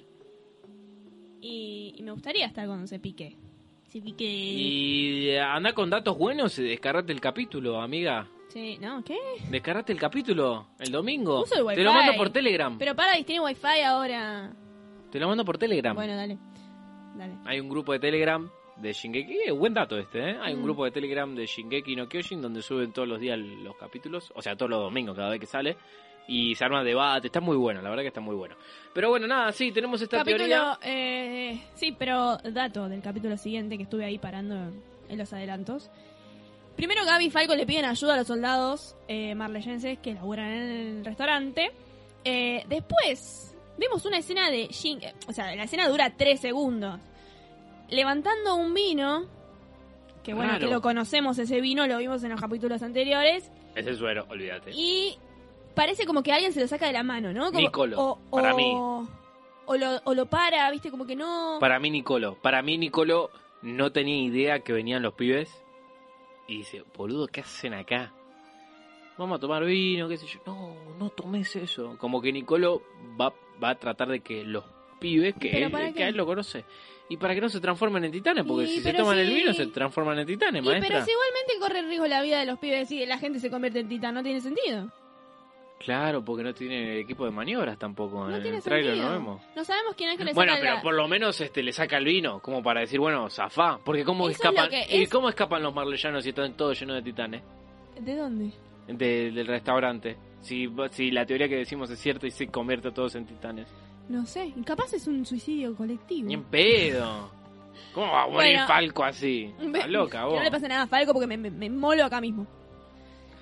Speaker 3: Y, y me gustaría estar cuando se pique. Se pique.
Speaker 2: Y anda con datos buenos y descargate el capítulo, amiga.
Speaker 3: Sí, ¿no? ¿Qué?
Speaker 2: Descargate el capítulo el domingo.
Speaker 3: Uso el
Speaker 2: Te lo
Speaker 3: Wi-Fi.
Speaker 2: mando por Telegram.
Speaker 3: Pero para, tiene wifi ahora.
Speaker 2: Te lo mando por Telegram.
Speaker 3: Bueno, dale. Dale.
Speaker 2: Hay un grupo de Telegram de Shingeki. Eh, buen dato este, ¿eh? Hay un
Speaker 3: Mm.
Speaker 2: grupo de Telegram de Shingeki no Kyojin donde suben todos los días los capítulos. O sea, todos los domingos, cada vez que sale. Y se arma debate. Está muy bueno, la verdad que está muy bueno. Pero bueno, nada, sí, tenemos esta teoría.
Speaker 3: Capítulo, eh, sí, pero dato del capítulo siguiente que estuve ahí parando en los adelantos. Primero Gaby y Falco le piden ayuda a los soldados eh, marleyenses que laburan en el restaurante. Eh, después vemos una escena de Shin, eh, o sea, la escena dura tres segundos. Levantando un vino, que bueno,
Speaker 2: Raro.
Speaker 3: que lo conocemos ese vino, lo vimos en los capítulos anteriores.
Speaker 2: Es el suero, olvídate.
Speaker 3: Y parece como que alguien se lo saca de la mano, ¿no? Como,
Speaker 2: Nicolo,
Speaker 3: o,
Speaker 2: para
Speaker 3: o-
Speaker 2: mí.
Speaker 3: O lo, o lo para, viste, como que no...
Speaker 2: Para mí, Nicolo. Para mí, Nicolo no tenía idea que venían los pibes. Y dice: boludo, ¿qué hacen acá? Vamos a tomar vino, qué sé yo. No, no tomes eso. Como que Nicolo va, va a tratar de que los pibes, que,
Speaker 3: ¿Pero
Speaker 2: él,
Speaker 3: para
Speaker 2: que
Speaker 3: qué?
Speaker 2: a él lo conoce, y para que no se transformen en titanes, porque
Speaker 3: Y,
Speaker 2: si se
Speaker 3: pero
Speaker 2: toman el
Speaker 3: sí.
Speaker 2: vino se transforman en titanes,
Speaker 3: Y,
Speaker 2: maestra.
Speaker 3: pero si igualmente corre riesgo la vida de los pibes y la gente se convierte en titán, no tiene sentido.
Speaker 2: Claro, porque no tiene equipo de maniobras tampoco.
Speaker 3: No
Speaker 2: en
Speaker 3: tiene
Speaker 2: el trailer
Speaker 3: sentido.
Speaker 2: no vemos.
Speaker 3: No sabemos quién es que le
Speaker 2: Bueno,
Speaker 3: saca
Speaker 2: pero
Speaker 3: la...
Speaker 2: por lo menos este le saca el vino, como para decir, bueno, zafá. Porque cómo
Speaker 3: Eso es
Speaker 2: escapan,
Speaker 3: lo que
Speaker 2: ¿y
Speaker 3: es-
Speaker 2: cómo escapan los marleyanos si están todos llenos de titanes?
Speaker 3: ¿De dónde?
Speaker 2: De- del restaurante. Si, si la teoría que decimos es cierta y se convierte a todos en titanes.
Speaker 3: No sé. Y capaz es un suicidio colectivo.
Speaker 2: Ni en pedo. ¿Cómo va a morir
Speaker 3: Bueno.
Speaker 2: Falco así? Estás loca
Speaker 3: Que
Speaker 2: vos.
Speaker 3: no le pase nada a Falco porque me, me, me molo acá mismo.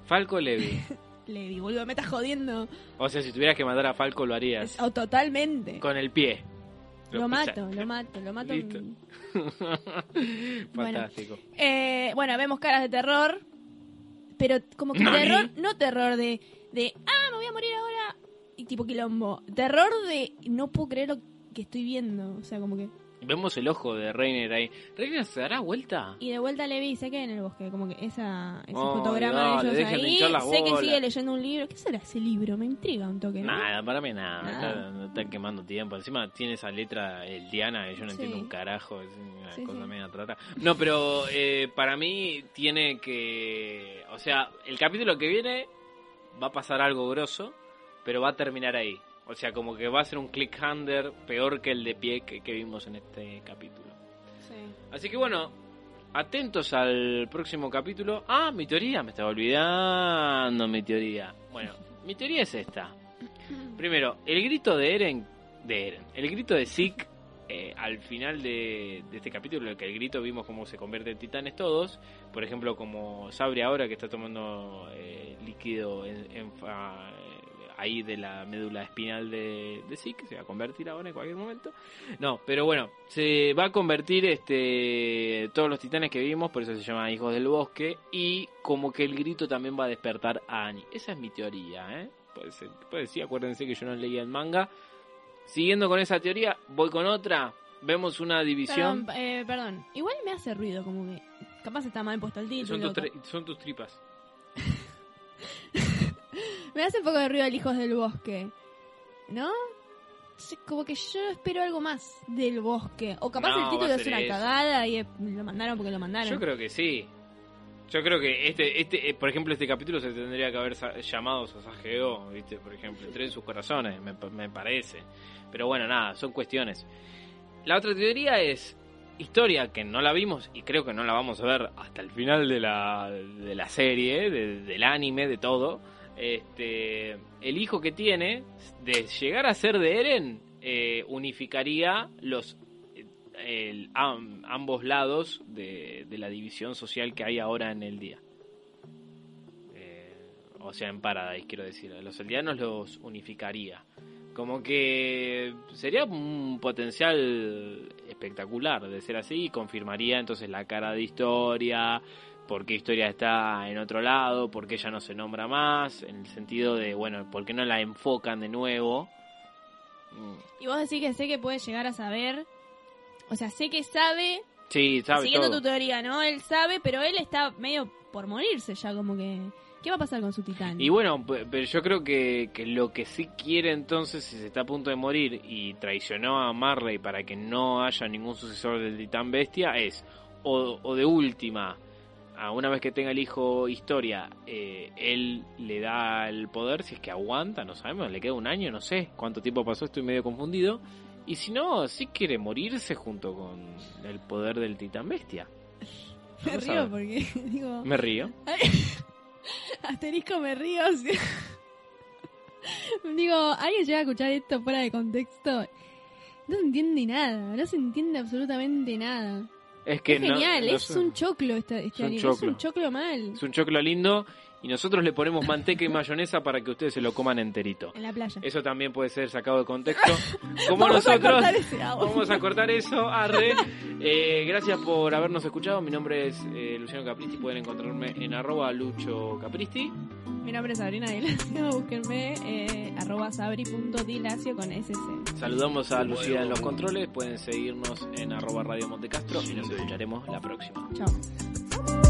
Speaker 2: Falco Levi.
Speaker 3: Levi, boludo, me estás jodiendo.
Speaker 2: O sea, si tuvieras que matar a Falco, lo harías.
Speaker 3: Oh, totalmente.
Speaker 2: Con el pie.
Speaker 3: Lo, lo mato, lo mato, lo mato.
Speaker 2: Listo. Fantástico.
Speaker 3: Bueno, eh, bueno, vemos caras de terror. Pero como que
Speaker 2: ¿Nani?
Speaker 3: terror, no terror de, de, ah, me voy a morir ahora. Y tipo quilombo. Terror de, no puedo creer lo que estoy viendo. O sea, como que...
Speaker 2: Vemos el ojo de Reiner ahí. ¿Reiner se dará vuelta?
Speaker 3: Y de vuelta Levi se queda en el bosque, como que esa, ese
Speaker 2: Oh,
Speaker 3: fotograma
Speaker 2: dale,
Speaker 3: de
Speaker 2: dejen
Speaker 3: ellos
Speaker 2: de
Speaker 3: ahí.
Speaker 2: hinchar las
Speaker 3: Sé que
Speaker 2: bolas.
Speaker 3: sigue leyendo un libro. ¿Qué será ese libro? Me intriga un toque, ¿no?
Speaker 2: Nada, para mí nada.
Speaker 3: Nada.
Speaker 2: Está, no están quemando tiempo. Encima tiene esa letra, el Diana, que yo no
Speaker 3: Sí.
Speaker 2: entiendo un carajo. Es una
Speaker 3: Sí,
Speaker 2: cosa
Speaker 3: sí.
Speaker 2: media rara. No, pero eh, para mí tiene que... O sea, el capítulo que viene va a pasar algo grosso, pero va a terminar ahí. O sea, como que va a ser un cliffhanger peor que el de pie que, que vimos en este capítulo.
Speaker 3: Sí.
Speaker 2: Así que bueno, atentos al próximo capítulo. Ah, mi teoría, me estaba olvidando mi teoría. Bueno, mi teoría es esta. Primero, el grito de Eren, de Eren, el grito de Zeke eh, al final de, de este capítulo, en el que el grito vimos cómo se convierte en titanes todos. Por ejemplo, como Sabri ahora que está tomando eh, líquido en, en fa- ahí de la médula espinal de, de Zeke, se va a convertir ahora en cualquier momento. No, pero bueno, se va a convertir este todos los titanes que vimos, por eso se llama Hijos del Bosque, y como que el grito también va a despertar a Annie. Esa es mi teoría, ¿eh? Puede ser, puede ser, acuérdense que yo no leía el manga. Siguiendo con esa teoría, voy con otra. Vemos una división.
Speaker 3: Perdón, eh, perdón. Igual me hace ruido, como que capaz está mal puesto el
Speaker 2: Son
Speaker 3: título.
Speaker 2: tus, tri- son tus tripas.
Speaker 3: Me hace un poco de ruido el Hijos del Bosque. ¿No? Sí, como que yo espero algo más del bosque. O capaz
Speaker 2: No,
Speaker 3: el
Speaker 2: va
Speaker 3: título
Speaker 2: a
Speaker 3: es
Speaker 2: ser
Speaker 3: una
Speaker 2: eso.
Speaker 3: cagada y eh, lo mandaron porque lo mandaron.
Speaker 2: Yo creo que sí. Yo creo que este, este, eh, por ejemplo, este capítulo se tendría que haber sa- llamado Sasageo, ¿viste? Por ejemplo, entre en sus corazones, me, pa- me parece. Pero bueno, nada, son cuestiones. La otra teoría es historia que no la vimos y creo que no la vamos a ver hasta el final de la, de la serie, de- del anime, de todo. Este, el hijo que tiene, de llegar a ser de Eren, eh, unificaría los el, am- ambos lados de, de la división social que hay ahora en el día. Eh, o sea, en Paradise, quiero decir. A los aldeanos los unificaría. Como que sería un potencial espectacular de ser así, y confirmaría entonces la cara de Historia, por qué Historia está en otro lado, por qué ella no se nombra más, en el sentido de, bueno, por qué no la enfocan de nuevo. Mm.
Speaker 3: Y vos decís que sé que puede llegar a saber. O sea, sé que sabe.
Speaker 2: Sí, sabe
Speaker 3: Siguiendo
Speaker 2: todo.
Speaker 3: tu teoría, ¿no? Él sabe, pero él está medio por morirse ya, como que... ¿Qué va a pasar con su titán?
Speaker 2: Y bueno, p- pero yo creo que, que lo que sí quiere entonces, si se está a punto de morir y traicionó a Marley para que no haya ningún sucesor del titán bestia, es, o, o de última, a una vez que tenga el hijo Historia, eh, él le da el poder, si es que aguanta, no sabemos, le queda un año, no sé cuánto tiempo pasó, estoy medio confundido. Y si no, sí quiere morirse junto con el poder del titán bestia.
Speaker 3: Me
Speaker 2: Vamos a
Speaker 3: río
Speaker 2: ver.
Speaker 3: porque, digo...
Speaker 2: Me río.
Speaker 3: Asterisco me río. O sea. Digo, alguien llega a escuchar esto fuera de contexto. No se entiende nada, no se entiende absolutamente nada.
Speaker 2: Es que
Speaker 3: Es
Speaker 2: no-
Speaker 3: genial,
Speaker 2: no
Speaker 3: es
Speaker 2: sé.
Speaker 3: un choclo este, este
Speaker 2: Es un
Speaker 3: anime, es
Speaker 2: choclo.
Speaker 3: un choclo mal.
Speaker 2: Es un choclo lindo y nosotros le ponemos manteca y mayonesa para que ustedes se lo coman enterito.
Speaker 3: En la playa.
Speaker 2: Eso también puede ser sacado de contexto. Como
Speaker 3: Vamos a
Speaker 2: nosotros
Speaker 3: cortar ese audio.
Speaker 2: vamos a cortar eso. Arre. Eh, gracias por habernos escuchado. Mi nombre es eh, Luciano Capristi. Pueden encontrarme en arroba Lucho Capristi.
Speaker 3: Mi nombre es Sabrina Dilacio, búsquenme eh, arroba sabri.dilacio con S C.
Speaker 2: Saludamos a Lucía en los controles. Pueden seguirnos en arroba Radio Montecastro y nos escucharemos la próxima.
Speaker 3: Chao.